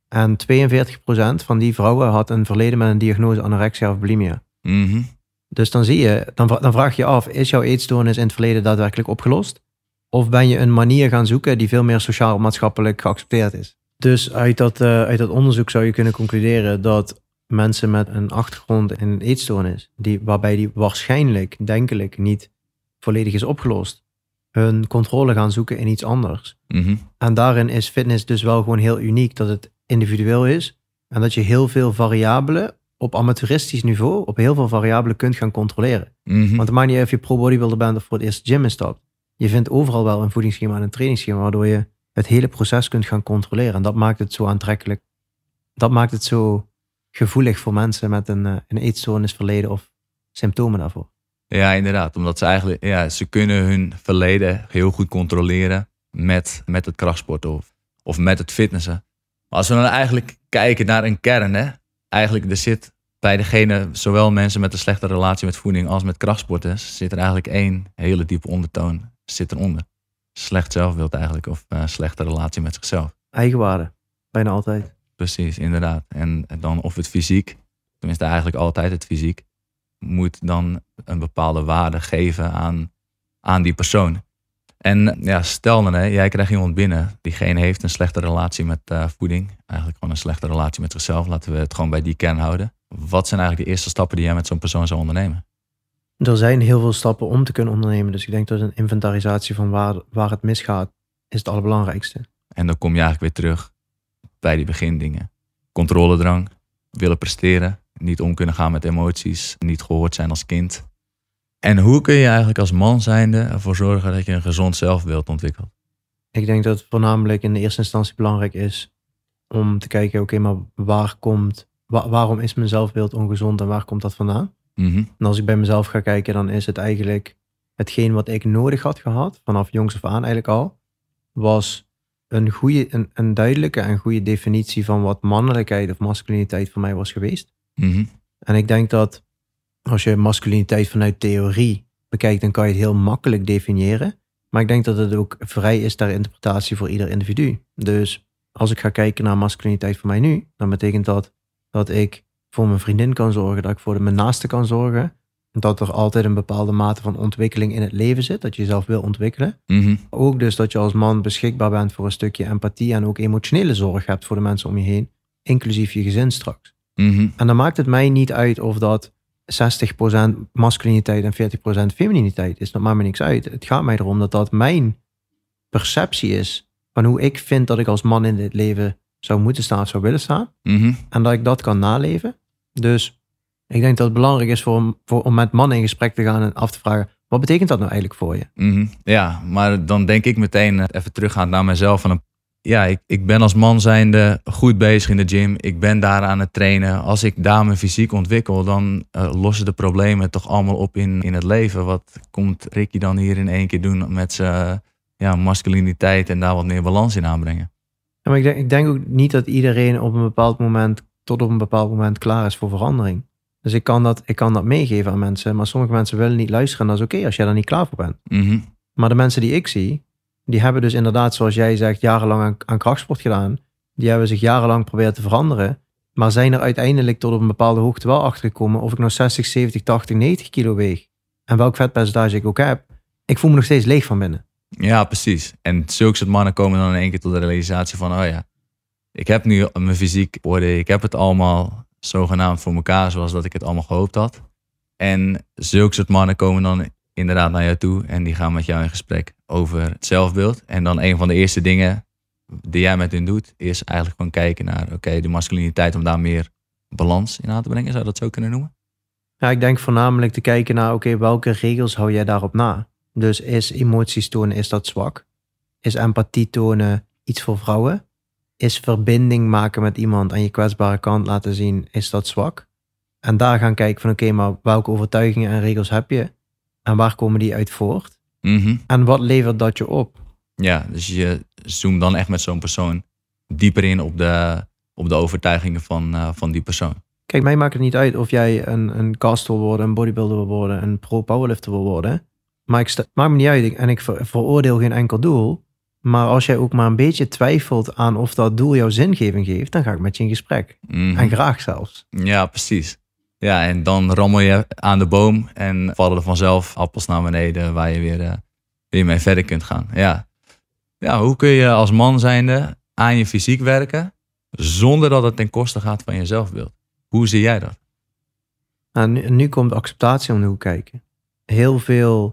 En tweeënveertig procent van die vrouwen had een verleden met een diagnose anorexia of bulimia. Mm-hmm. Dus dan zie je, dan, dan vraag je je af, is jouw eetstoornis in het verleden daadwerkelijk opgelost? Of ben je een manier gaan zoeken die veel meer sociaal-maatschappelijk geaccepteerd is? Dus uit dat, uh, uit dat onderzoek zou je kunnen concluderen dat mensen met een achtergrond in een eetstoornis, die, waarbij die waarschijnlijk, denkelijk, niet volledig is opgelost, hun controle gaan zoeken in iets anders. Mm-hmm. En daarin is fitness dus wel gewoon heel uniek, dat het individueel is en dat je heel veel variabelen op amateuristisch niveau, op heel veel variabelen kunt gaan controleren. Mm-hmm. Want het maakt niet uit of je pro-bodybuilder bent of voor het eerst gym instapt. Je vindt overal wel een voedingsschema en een trainingsschema, waardoor je het hele proces kunt gaan controleren. En dat maakt het zo aantrekkelijk. Dat maakt het zo gevoelig voor mensen met een, een eetstoornis verleden of symptomen daarvoor. Ja, inderdaad. Omdat ze eigenlijk, ja, ze kunnen hun verleden heel goed controleren met, met het krachtsporten of, of met het fitnessen. Maar als we dan eigenlijk kijken naar een kern, hè, eigenlijk er zit bij degene, zowel mensen met een slechte relatie met voeding als met krachtsporters, zit er eigenlijk één hele diepe ondertoon zit eronder. Slecht zelfbeeld eigenlijk, of uh, slechte relatie met zichzelf. Eigenwaarde, bijna altijd. Precies, inderdaad. En dan of het fysiek, tenminste eigenlijk altijd het fysiek, moet dan een bepaalde waarde geven aan, aan die persoon. En ja, stel dan, hè, jij krijgt iemand binnen, diegene heeft een slechte relatie met uh, voeding, eigenlijk gewoon een slechte relatie met zichzelf, laten we het gewoon bij die kern houden. Wat zijn eigenlijk de eerste stappen die jij met zo'n persoon zou ondernemen? Er zijn heel veel stappen om te kunnen ondernemen, dus ik denk dat een inventarisatie van waar, waar het misgaat, is het allerbelangrijkste. En dan kom je eigenlijk weer terug bij die begindingen. Controledrang, willen presteren, niet om kunnen gaan met emoties, niet gehoord zijn als kind. En hoe kun je eigenlijk als man zijnde ervoor zorgen dat je een gezond zelfbeeld ontwikkelt? Ik denk dat het voornamelijk in de eerste instantie belangrijk is om te kijken, oké, okay, maar waar komt, wa- waarom is mijn zelfbeeld ongezond en waar komt dat vandaan? Mm-hmm. En als ik bij mezelf ga kijken, dan is het eigenlijk hetgeen wat ik nodig had gehad, vanaf jongs af aan eigenlijk al, was een, goede, een, een duidelijke en goede definitie van wat mannelijkheid of masculiniteit voor mij was geweest. Mm-hmm. En ik denk dat als je masculiniteit vanuit theorie bekijkt, dan kan je het heel makkelijk definiëren. Maar ik denk dat het ook vrij is ter interpretatie voor ieder individu. Dus als ik ga kijken naar masculiniteit voor mij nu, dan betekent dat dat ik voor mijn vriendin kan zorgen, dat ik voor de mijn naaste kan zorgen, dat er altijd een bepaalde mate van ontwikkeling in het leven zit, dat je jezelf wil ontwikkelen. Mm-hmm. Ook dus dat je als man beschikbaar bent voor een stukje empathie en ook emotionele zorg hebt voor de mensen om je heen, inclusief je gezin straks. Mm-hmm. En dan maakt het mij niet uit of dat zestig procent masculiniteit en veertig procent femininiteit is. Dat maakt me niks uit. Het gaat mij erom dat dat mijn perceptie is van hoe ik vind dat ik als man in dit leven zou moeten staan of zou willen staan. Mm-hmm. En dat ik dat kan naleven. Dus ik denk dat het belangrijk is voor, voor, om met mannen in gesprek te gaan en af te vragen, wat betekent dat nou eigenlijk voor je? Mm-hmm. Ja, maar dan denk ik meteen even teruggaand naar mezelf. Van een, ja, ik, ik ben als man zijnde goed bezig in de gym. Ik ben daar aan het trainen. Als ik daar mijn fysiek ontwikkel, dan uh, lossen de problemen toch allemaal op in, in het leven. Wat komt Ricky dan hier in één keer doen met zijn uh, ja, masculiniteit en daar wat meer balans in aanbrengen? Ja, maar ik denk, ik denk ook niet dat iedereen op een bepaald moment, tot op een bepaald moment klaar is voor verandering. Dus ik kan dat, ik kan dat meegeven aan mensen, maar sommige mensen willen niet luisteren. En dat is oké okay als jij daar niet klaar voor bent. Mm-hmm. Maar de mensen die ik zie, die hebben dus inderdaad, zoals jij zegt, jarenlang aan, aan krachtsport gedaan. Die hebben zich jarenlang proberen te veranderen. Maar zijn er uiteindelijk tot op een bepaalde hoogte wel achtergekomen of ik nog zestig, zeventig, tachtig, negentig kilo weeg. En welk vetpercentage ik ook heb. Ik voel me nog steeds leeg van binnen. Ja, precies. En zulke soort mannen komen dan in één keer tot de realisatie van, oh ja, ik heb nu mijn fysiek op orde. Ik heb het allemaal zogenaamd voor elkaar, zoals dat ik het allemaal gehoopt had. En zulke soort mannen komen dan inderdaad naar jou toe en die gaan met jou in gesprek over het zelfbeeld. En dan een van de eerste dingen die jij met hun doet, is eigenlijk gewoon kijken naar, oké, okay, de masculiniteit om daar meer balans in aan te brengen. Zou je dat zo kunnen noemen? Ja, ik denk voornamelijk te kijken naar, oké, okay, welke regels hou jij daarop na? Dus is emoties tonen, is dat zwak? Is empathie tonen iets voor vrouwen? Is verbinding maken met iemand en je kwetsbare kant laten zien, is dat zwak? En daar gaan kijken van, oké, okay, maar welke overtuigingen en regels heb je? En waar komen die uit voort? Mm-hmm. En wat levert dat je op? Ja, dus je zoomt dan echt met zo'n persoon dieper in op de, op de overtuigingen van, uh, van die persoon. Kijk, mij maakt het niet uit of jij een, een cast wil worden, een bodybuilder wil worden, een pro-powerlifter wil worden. Maar ik sta, maakt me niet uit en ik ver, veroordeel geen enkel doel. Maar als jij ook maar een beetje twijfelt aan of dat doel jouw zingeving geeft, dan ga ik met je in gesprek. Mhm. En graag zelfs. Ja, precies. Ja, en dan rammel je aan de boom en vallen er vanzelf appels naar beneden waar je weer, uh, weer mee verder kunt gaan. Ja. Ja, hoe kun je als man zijnde aan je fysiek werken zonder dat het ten koste gaat van je zelfbeeld? Hoe zie jij dat? Nou, nu, nu komt acceptatie om de hoek kijken. Heel veel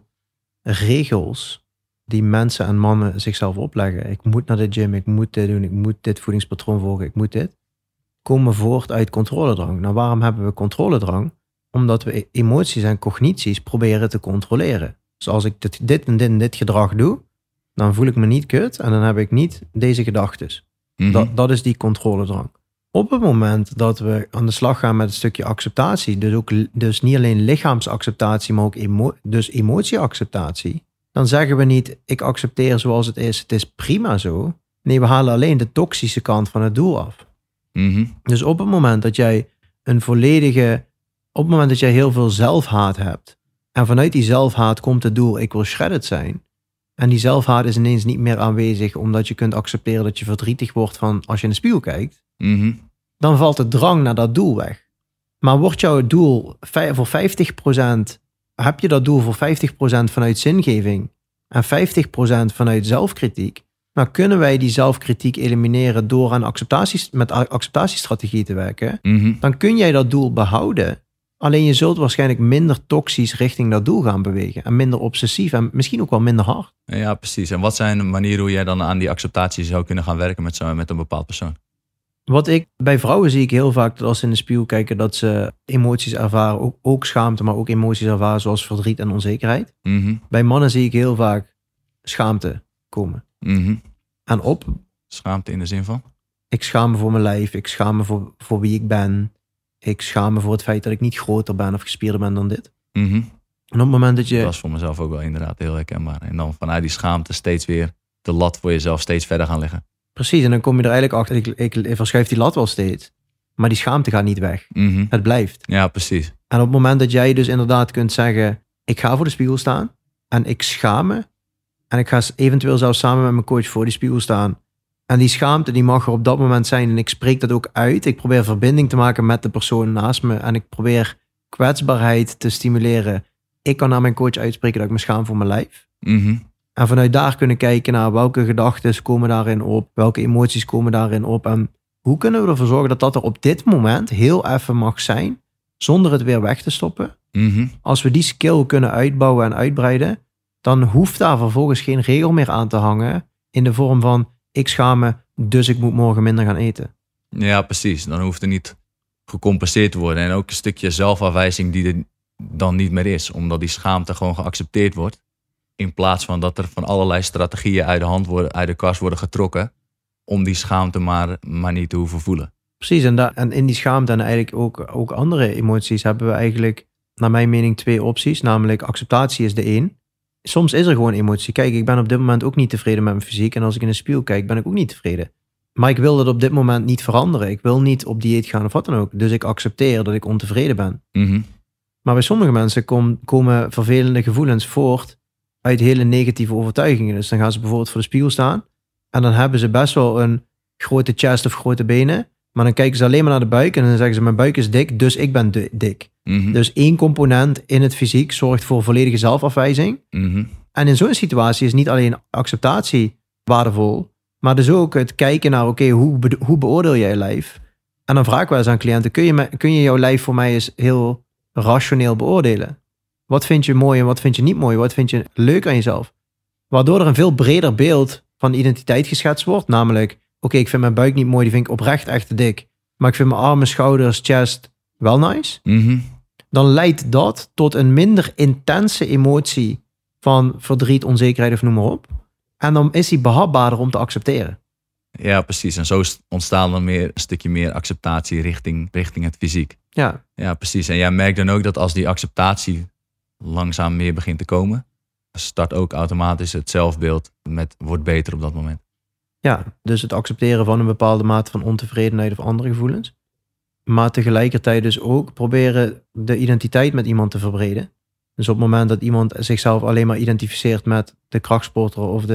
regels die mensen en mannen zichzelf opleggen. Ik moet naar de gym, ik moet dit doen, ik moet dit voedingspatroon volgen, ik moet dit. Komen voort uit controledrang. Nou, waarom hebben we controledrang? Omdat we emoties en cognities proberen te controleren. Dus als ik dit, dit en dit en dit gedrag doe, dan voel ik me niet kut en dan heb ik niet deze gedachtes. Mm-hmm. Dat, dat is die controledrang. Op het moment dat we aan de slag gaan met een stukje acceptatie, dus, ook, dus niet alleen lichaamsacceptatie, maar ook emo, dus emotieacceptatie, dan zeggen we niet, ik accepteer zoals het is, het is prima zo. Nee, we halen alleen de toxische kant van het doel af. Mm-hmm. Dus op het moment dat jij een volledige, op het moment dat jij heel veel zelfhaat hebt, en vanuit die zelfhaat komt het doel, ik wil shredded zijn, en die zelfhaat is ineens niet meer aanwezig, omdat je kunt accepteren dat je verdrietig wordt van als je in de spiegel kijkt, Mm-hmm. dan valt de drang naar dat doel weg. Maar wordt jouw doel voor vijftig procent, heb je dat doel voor vijftig procent vanuit zingeving en vijftig procent vanuit zelfkritiek, dan kunnen wij die zelfkritiek elimineren door aan acceptaties, met acceptatiestrategie te werken. Mm-hmm. Dan kun jij dat doel behouden. Alleen je zult waarschijnlijk minder toxisch richting dat doel gaan bewegen. En minder obsessief en misschien ook wel minder hard. Ja, precies. En wat zijn de manieren hoe jij dan aan die acceptatie zou kunnen gaan werken met, zo, met een bepaald persoon? Wat ik, bij vrouwen zie ik heel vaak dat als ze in de spiegel kijken, dat ze emoties ervaren, ook, ook schaamte, maar ook emoties ervaren zoals verdriet en onzekerheid. Mm-hmm. Bij mannen zie ik heel vaak schaamte komen. Mm-hmm. En op, Schaamte in de zin van? ik schaam me voor mijn lijf, ik schaam me voor, voor wie ik ben. Ik schaam me voor het feit dat ik niet groter ben of gespierder ben dan dit. Mm-hmm. En op het moment dat je... Dat is voor mezelf ook wel inderdaad heel herkenbaar. En dan vanuit die schaamte steeds weer de lat voor jezelf steeds verder gaan leggen. Precies, en dan kom je er eigenlijk achter, ik, ik, ik verschuif die lat wel steeds. Maar die schaamte gaat niet weg. Mm-hmm. Het blijft. Ja, precies. En op het moment dat jij dus inderdaad kunt zeggen, ik ga voor de spiegel staan en ik schaam me. En ik ga eventueel zelfs samen met mijn coach voor die spiegel staan. En die schaamte die mag er op dat moment zijn en ik spreek dat ook uit. Ik probeer verbinding te maken met de persoon naast me en ik probeer kwetsbaarheid te stimuleren. Ik kan naar mijn coach uitspreken dat ik me schaam voor mijn lijf. Mm-hmm. En vanuit daar kunnen kijken naar welke gedachten komen daarin op, welke emoties komen daarin op en hoe kunnen we ervoor zorgen dat dat er op dit moment heel even mag zijn, zonder het weer weg te stoppen. Mm-hmm. Als we die skill kunnen uitbouwen en uitbreiden, dan hoeft daar vervolgens geen regel meer aan te hangen in de vorm van ik schaam me, dus ik moet morgen minder gaan eten. Ja, precies. Dan hoeft er niet gecompenseerd te worden. En ook een stukje zelfafwijzing die er dan niet meer is. Omdat die schaamte gewoon geaccepteerd wordt. In plaats van dat er van allerlei strategieën uit de hand worden, uit de kast worden getrokken. Om die schaamte maar, maar niet te hoeven voelen. Precies, en, da- en in die schaamte en eigenlijk ook, ook andere emoties hebben we eigenlijk, naar mijn mening, twee opties. Namelijk acceptatie is de een. Soms is er gewoon emotie. Kijk, ik ben op dit moment ook niet tevreden met mijn fysiek. En als ik in de spiegel kijk, ben ik ook niet tevreden. Maar ik wil dat op dit moment niet veranderen. Ik wil niet op dieet gaan of wat dan ook. Dus ik accepteer dat ik ontevreden ben. Mm-hmm. Maar bij sommige mensen kom, komen vervelende gevoelens voort uit hele negatieve overtuigingen. Dus dan gaan ze bijvoorbeeld voor de spiegel staan. En dan hebben ze best wel een grote chest of grote benen. Maar dan kijken ze alleen maar naar de buik. En dan zeggen ze, mijn buik is dik, dus ik ben du- dik. Mm-hmm. Dus één component in het fysiek zorgt voor volledige zelfafwijzing. Mm-hmm. En in zo'n situatie is niet alleen acceptatie waardevol, maar dus ook het kijken naar, oké, okay, hoe, be- hoe beoordeel jij je lijf? En dan vraag ik wel eens aan cliënten, kun je, me, kun je jouw lijf voor mij eens heel rationeel beoordelen? Wat vind je mooi en wat vind je niet mooi? Wat vind je leuk aan jezelf? Waardoor er een veel breder beeld van identiteit geschetst wordt. Namelijk, oké, okay, ik vind mijn buik niet mooi, die vind ik oprecht echt te dik. Maar ik vind mijn armen, schouders, chest wel nice. Mm-hmm. Dan leidt dat tot een minder intense emotie van verdriet, onzekerheid of noem maar op. En dan is die behapbaarder om te accepteren. Ja, precies. En zo ontstaan dan meer, een stukje meer acceptatie richting, richting het fysiek. Ja, Ja, precies. En jij merkt dan ook dat als die acceptatie langzaam meer begint te komen, start ook automatisch het zelfbeeld met wordt beter op dat moment. ja, dus het accepteren van een bepaalde mate van ontevredenheid of andere gevoelens. Maar tegelijkertijd dus ook proberen de identiteit met iemand te verbreden. Dus op het moment dat iemand zichzelf alleen maar identificeert met de krachtsporter of de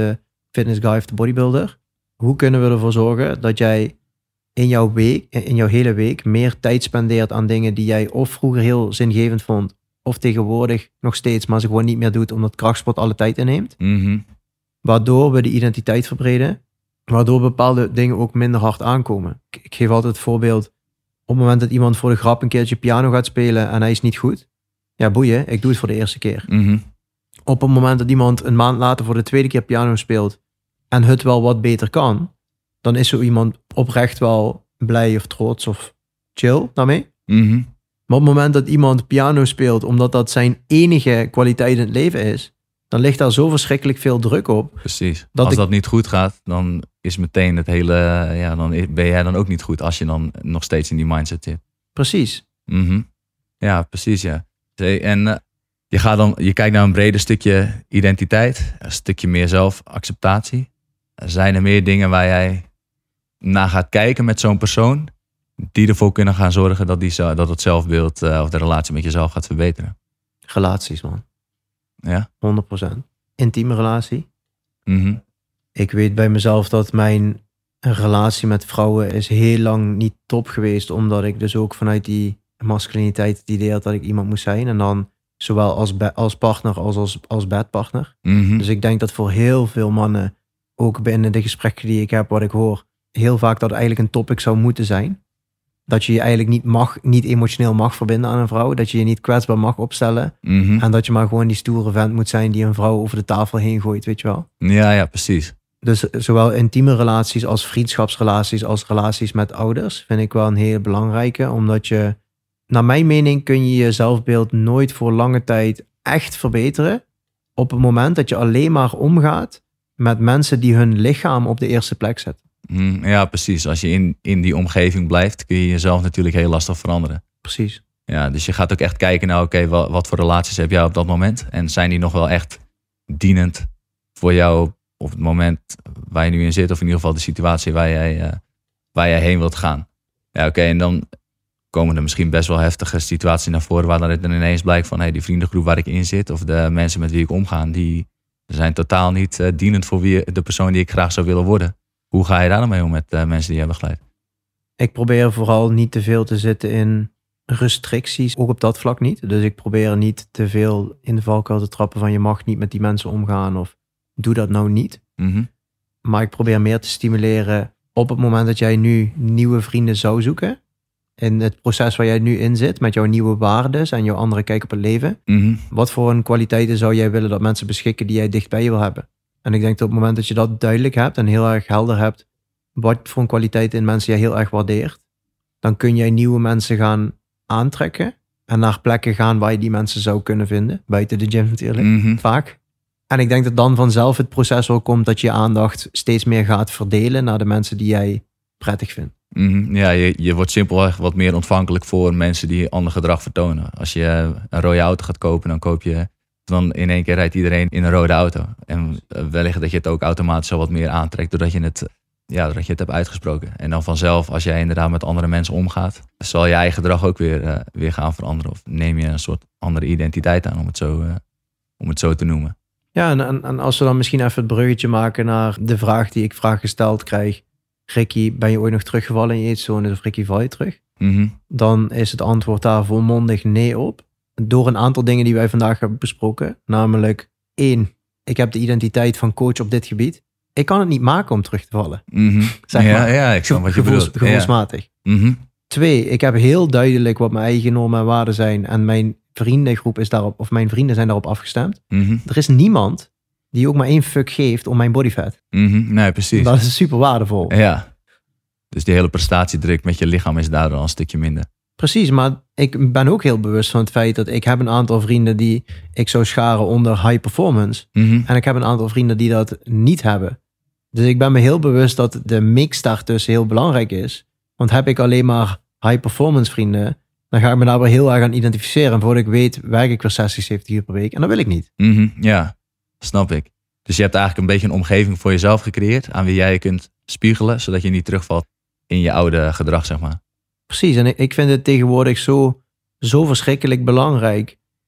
Fitness Guy of the Bodybuilder. Hoe kunnen we ervoor zorgen dat jij in jouw week, in jouw hele week meer tijd spendeert aan dingen die jij of vroeger heel zingevend vond, of tegenwoordig nog steeds, maar ze gewoon niet meer doet omdat krachtsport alle tijd inneemt. Mm-hmm. Waardoor we de identiteit verbreden. Waardoor bepaalde dingen ook minder hard aankomen. Ik, ik geef altijd het voorbeeld. Op het moment dat iemand voor de grap een keertje piano gaat spelen en hij is niet goed. Ja, boeien, ik doe het voor de eerste keer. Mm-hmm. Op het moment dat iemand een maand later voor de tweede keer piano speelt en het wel wat beter kan, dan is zo iemand oprecht wel blij of trots of chill daarmee. Mm-hmm. Maar op het moment dat iemand piano speelt omdat dat zijn enige kwaliteit in het leven is, dan ligt daar zo verschrikkelijk veel druk op. Precies. Dat als ik... dat niet goed gaat, dan is meteen het hele... Ja, dan ben jij dan ook niet goed als je dan nog steeds in die mindset zit. Precies. Mm-hmm. Ja, precies, ja. En uh, je, gaat dan, je kijkt naar een breder stukje identiteit, een stukje meer zelfacceptatie. Zijn er meer dingen waar jij naar gaat kijken met zo'n persoon, die ervoor kunnen gaan zorgen dat, die, dat het zelfbeeld uh, of de relatie met jezelf gaat verbeteren? Relaties, man. Ja? honderd procent. Intieme relatie. Mm-hmm. Ik weet bij mezelf dat mijn relatie met vrouwen is heel lang niet top geweest, omdat ik dus ook vanuit die masculiniteit het idee had dat ik iemand moest zijn. En dan zowel als, be- als partner als als, als bedpartner. Mm-hmm. Dus ik denk dat voor heel veel mannen, ook binnen de gesprekken die ik heb, wat ik hoor, heel vaak dat eigenlijk een topic zou moeten zijn. Dat je je eigenlijk niet, mag, niet emotioneel mag verbinden aan een vrouw. Dat je je niet kwetsbaar mag opstellen. Mm-hmm. En dat je maar gewoon die stoere vent moet zijn die een vrouw over de tafel heen gooit, weet je wel. Ja, ja, precies. Dus zowel intieme relaties als vriendschapsrelaties als relaties met ouders vind ik wel een heel belangrijke. Omdat je, naar mijn mening, kun je je zelfbeeld nooit voor lange tijd echt verbeteren. Op het moment dat je alleen maar omgaat met mensen die hun lichaam op de eerste plek zetten. Mm, ja, precies. Als je in, in die omgeving blijft, kun je jezelf natuurlijk heel lastig veranderen. Precies. Ja, dus je gaat ook echt kijken naar, oké, okay, wat, wat voor relaties heb jij op dat moment? En zijn die nog wel echt dienend voor jou op het moment waar je nu in zit? Of in ieder geval de situatie waar jij, uh, waar jij heen wilt gaan. Ja, oké, okay, en dan komen er misschien best wel heftige situaties naar voren waar dan het dan ineens blijkt van, hey, die vriendengroep waar ik in zit of de mensen met wie ik omga, die zijn totaal niet uh, dienend voor wie, de persoon die ik graag zou willen worden. Hoe ga je daar dan mee om met uh, mensen die je begeleidt? Ik probeer vooral niet te veel te zitten in restricties, ook op dat vlak niet. Dus ik probeer niet te veel in de valkuil te trappen van je mag niet met die mensen omgaan of doe dat nou niet. Mm-hmm. Maar ik probeer meer te stimuleren op het moment dat jij nu nieuwe vrienden zou zoeken. In het proces waar jij nu in zit, met jouw nieuwe waarden en jouw andere kijk op het leven. Mm-hmm. Wat voor een kwaliteiten zou jij willen dat mensen beschikken die jij dicht bij je wil hebben? En ik denk dat op het moment dat je dat duidelijk hebt en heel erg helder hebt, wat voor een kwaliteit in mensen jij heel erg waardeert, dan kun jij nieuwe mensen gaan aantrekken en naar plekken gaan waar je die mensen zou kunnen vinden. Buiten de gym natuurlijk, Mm-hmm. vaak. En ik denk dat dan vanzelf het proces wel komt dat je je aandacht steeds meer gaat verdelen naar de mensen die jij prettig vindt. Mm-hmm. Ja, je, je wordt simpelweg wat meer ontvankelijk voor mensen die ander gedrag vertonen. Als je een rode auto gaat kopen, dan koop je... dan in één keer rijdt iedereen in een rode auto. En wellicht dat je het ook automatisch al wat meer aantrekt doordat je het, ja, doordat je het hebt uitgesproken. En dan vanzelf, als jij inderdaad met andere mensen omgaat, zal je eigen gedrag ook weer, uh, weer gaan veranderen. Of neem je een soort andere identiteit aan, om het zo, uh, om het zo te noemen. Ja, en, en, en als we dan misschien even het bruggetje maken naar de vraag die ik vaak gesteld krijg. Ricky, ben je ooit nog teruggevallen in je eetzone of Ricky, val je terug? Mm-hmm. Dan is het antwoord daar volmondig nee op. Door een aantal dingen die wij vandaag hebben besproken. Namelijk, één, ik heb de identiteit van coach op dit gebied. Ik kan het niet maken om terug te vallen. Mm-hmm. Zeg ja, maar. ja, ik snap wat je Gevoels, bedoelt. gevoelsmatig. Ja. Mm-hmm. Twee, ik heb heel duidelijk wat mijn eigen normen en waarden zijn. En mijn vriendengroep is daarop, of mijn vrienden zijn daarop afgestemd. Mm-hmm. Er is niemand die ook maar één fuck geeft om mijn bodyfat. Mm-hmm. Nee, precies. Dat is super waardevol. Ja. Dus die hele prestatiedruk met je lichaam is daardoor al een stukje minder. Precies, maar ik ben ook heel bewust van het feit dat ik heb een aantal vrienden die ik zou scharen onder high performance. Mm-hmm. En ik heb een aantal vrienden die dat niet hebben. Dus ik ben me heel bewust dat de mix daartussen heel belangrijk is. Want heb ik alleen maar high performance vrienden, dan ga ik me daar wel heel erg aan identificeren. En voordat ik weet, werk ik weer zestig, zeventig uur per week. En dat wil ik niet. Mm-hmm. Ja, snap ik. Dus je hebt eigenlijk een beetje een omgeving voor jezelf gecreëerd aan wie jij je kunt spiegelen, zodat je niet terugvalt in je oude gedrag, zeg maar. Precies, en ik vind het tegenwoordig zo, zo verschrikkelijk belangrijk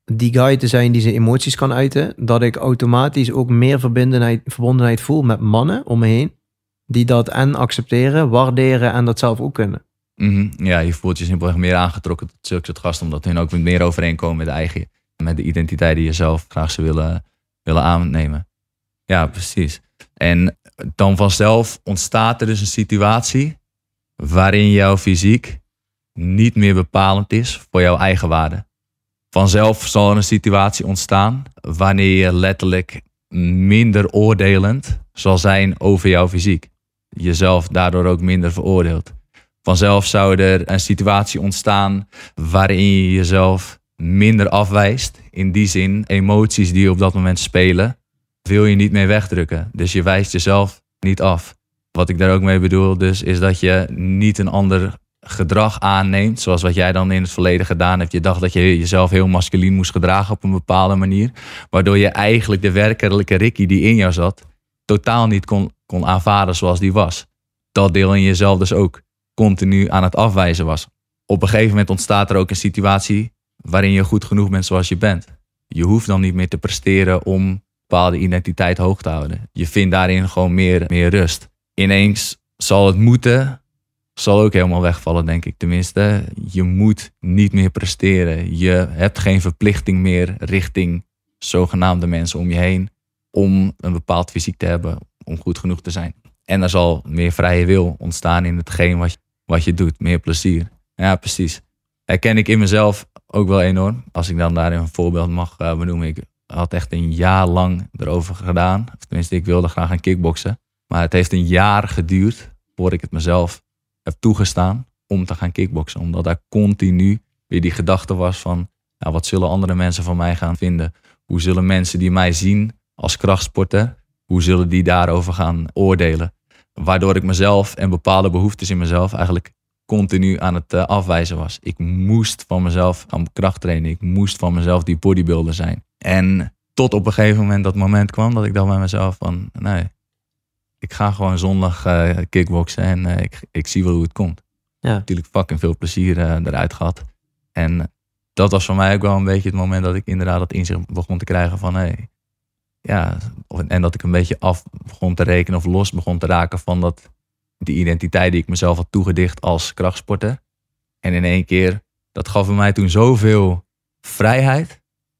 die guy te zijn die zijn emoties kan uiten, dat ik automatisch ook meer verbindenheid, verbondenheid voel met mannen om me heen, die dat en accepteren, waarderen en dat zelf ook kunnen. Mm-hmm. Ja, je voelt je simpelweg meer aangetrokken tot zulke soort gasten, omdat hun ook met meer overeenkomen met de eigen, met de identiteit die je zelf graag zou willen, willen aannemen. Ja, precies. En dan vanzelf ontstaat er dus een situatie waarin jouw fysiek niet meer bepalend is voor jouw eigen waarde. Vanzelf zal er een situatie ontstaan wanneer je letterlijk minder oordelend zal zijn over jouw fysiek. Jezelf daardoor ook minder veroordeelt. Vanzelf zou er een situatie ontstaan waarin je jezelf minder afwijst. In die zin, emoties die op dat moment spelen, wil je niet meer wegdrukken. Dus je wijst jezelf niet af. Wat ik daar ook mee bedoel dus, is dat je niet een ander gedrag aanneemt, zoals wat jij dan in het verleden gedaan hebt. Je dacht dat je jezelf heel masculien moest gedragen op een bepaalde manier, waardoor je eigenlijk de werkelijke Ricky die in jou zat, totaal niet kon, kon aanvaarden zoals die was. Dat deel in jezelf dus ook continu aan het afwijzen was. Op een gegeven moment ontstaat er ook een situatie waarin je goed genoeg bent zoals je bent. Je hoeft dan niet meer te presteren om een bepaalde identiteit hoog te houden. Je vindt daarin gewoon meer, meer rust. Ineens zal het moeten, zal ook helemaal wegvallen, denk ik. Tenminste, je moet niet meer presteren. Je hebt geen verplichting meer richting zogenaamde mensen om je heen om een bepaald fysiek te hebben, om goed genoeg te zijn. En er zal meer vrije wil ontstaan in hetgeen wat je, wat je doet. Meer plezier. Ja, precies. Herken ik in mezelf ook wel enorm. Als ik dan daarin een voorbeeld mag uh, benoemen. Ik had echt een jaar lang erover gedaan. Of tenminste, ik wilde graag gaan kickboksen. Maar het heeft een jaar geduurd voordat ik het mezelf heb toegestaan om te gaan kickboksen. Omdat daar continu weer die gedachte was van, nou, wat zullen andere mensen van mij gaan vinden? Hoe zullen mensen die mij zien als krachtsporter, hoe zullen die daarover gaan oordelen? Waardoor ik mezelf en bepaalde behoeftes in mezelf eigenlijk continu aan het uh, afwijzen was. Ik moest van mezelf gaan kracht trainen. Ik moest van mezelf die bodybuilder zijn. En tot op een gegeven moment dat moment kwam dat ik dacht bij mezelf van, nee, ik ga gewoon zondag uh, kickboksen en uh, ik, ik zie wel hoe het komt. Ja. Natuurlijk fucking veel plezier uh, eruit gehad. En dat was voor mij ook wel een beetje het moment dat ik inderdaad dat inzicht begon te krijgen van, hey, ja, en dat ik een beetje af begon te rekenen of los begon te raken van dat, die identiteit die ik mezelf had toegedicht als krachtsporter. En in één keer, dat gaf bij mij toen zoveel vrijheid,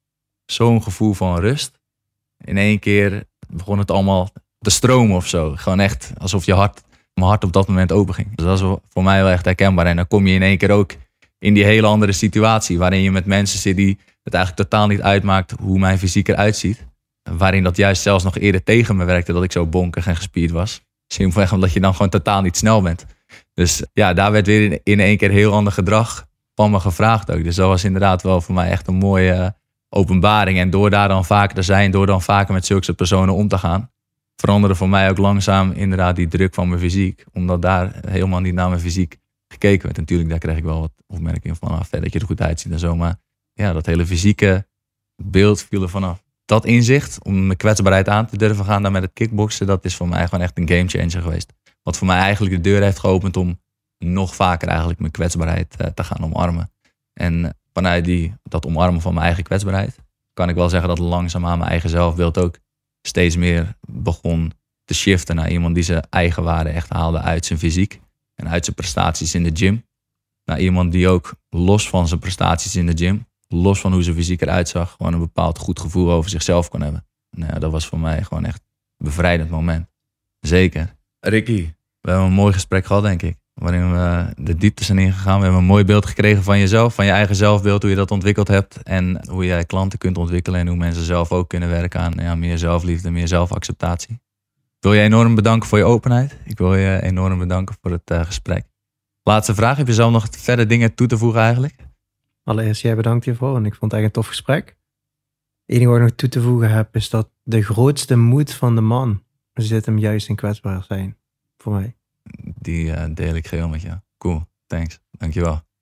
zo'n gevoel van rust. In één keer begon het allemaal te stromen of zo. Gewoon echt alsof je hart, mijn hart op dat moment open ging. Dus dat was voor mij wel echt herkenbaar. En dan kom je in één keer ook in die hele andere situatie, waarin je met mensen zit die het eigenlijk totaal niet uitmaakt hoe mijn fysiek eruit ziet. Waarin dat juist zelfs nog eerder tegen me werkte dat ik zo bonkig en gespierd was. Simpelweg omdat je dan gewoon totaal niet snel bent. Dus ja, daar werd weer in één keer heel ander gedrag van me gevraagd ook. Dus dat was inderdaad wel voor mij echt een mooie uh, openbaring. En door daar dan vaker te zijn, door dan vaker met zulke soort personen om te gaan, veranderde voor mij ook langzaam inderdaad die druk van mijn fysiek. Omdat daar helemaal niet naar mijn fysiek gekeken werd. Natuurlijk, daar kreeg ik wel wat opmerkingen van af, dat je er goed uitziet en zo. Maar ja, dat hele fysieke beeld viel er vanaf. Dat inzicht, om mijn kwetsbaarheid aan te durven gaan daar met het kickboksen, dat is voor mij gewoon echt een gamechanger geweest. Wat voor mij eigenlijk de deur heeft geopend om nog vaker eigenlijk mijn kwetsbaarheid uh, te gaan omarmen. En vanuit die, dat omarmen van mijn eigen kwetsbaarheid, kan ik wel zeggen dat langzaamaan mijn eigen zelfbeeld ook steeds meer begon te shiften naar iemand die zijn eigen waarde echt haalde uit zijn fysiek en uit zijn prestaties in de gym. Naar iemand die ook los van zijn prestaties in de gym, los van hoe zijn fysiek eruit zag, gewoon een bepaald goed gevoel over zichzelf kon hebben. Nou ja, dat was voor mij gewoon echt een bevrijdend moment. Zeker. Ricky, we hebben een mooi gesprek gehad, denk ik. Waarin we de diepte zijn ingegaan. We hebben een mooi beeld gekregen van jezelf, van je eigen zelfbeeld, hoe je dat ontwikkeld hebt. En hoe jij klanten kunt ontwikkelen en hoe mensen zelf ook kunnen werken aan ja, meer zelfliefde, meer zelfacceptatie. Ik wil je enorm bedanken voor je openheid. Ik wil je enorm bedanken voor het uh, gesprek. Laatste vraag, heb je zelf nog verder dingen toe te voegen eigenlijk? Allereerst, jij bedankt hiervoor en ik vond het echt een tof gesprek. Het enige wat ik nog toe te voegen heb, is dat de grootste moed van de man zit hem juist in kwetsbaar zijn. Voor mij. Die uh, deel ik geheel met jou. Cool, thanks. Dankjewel.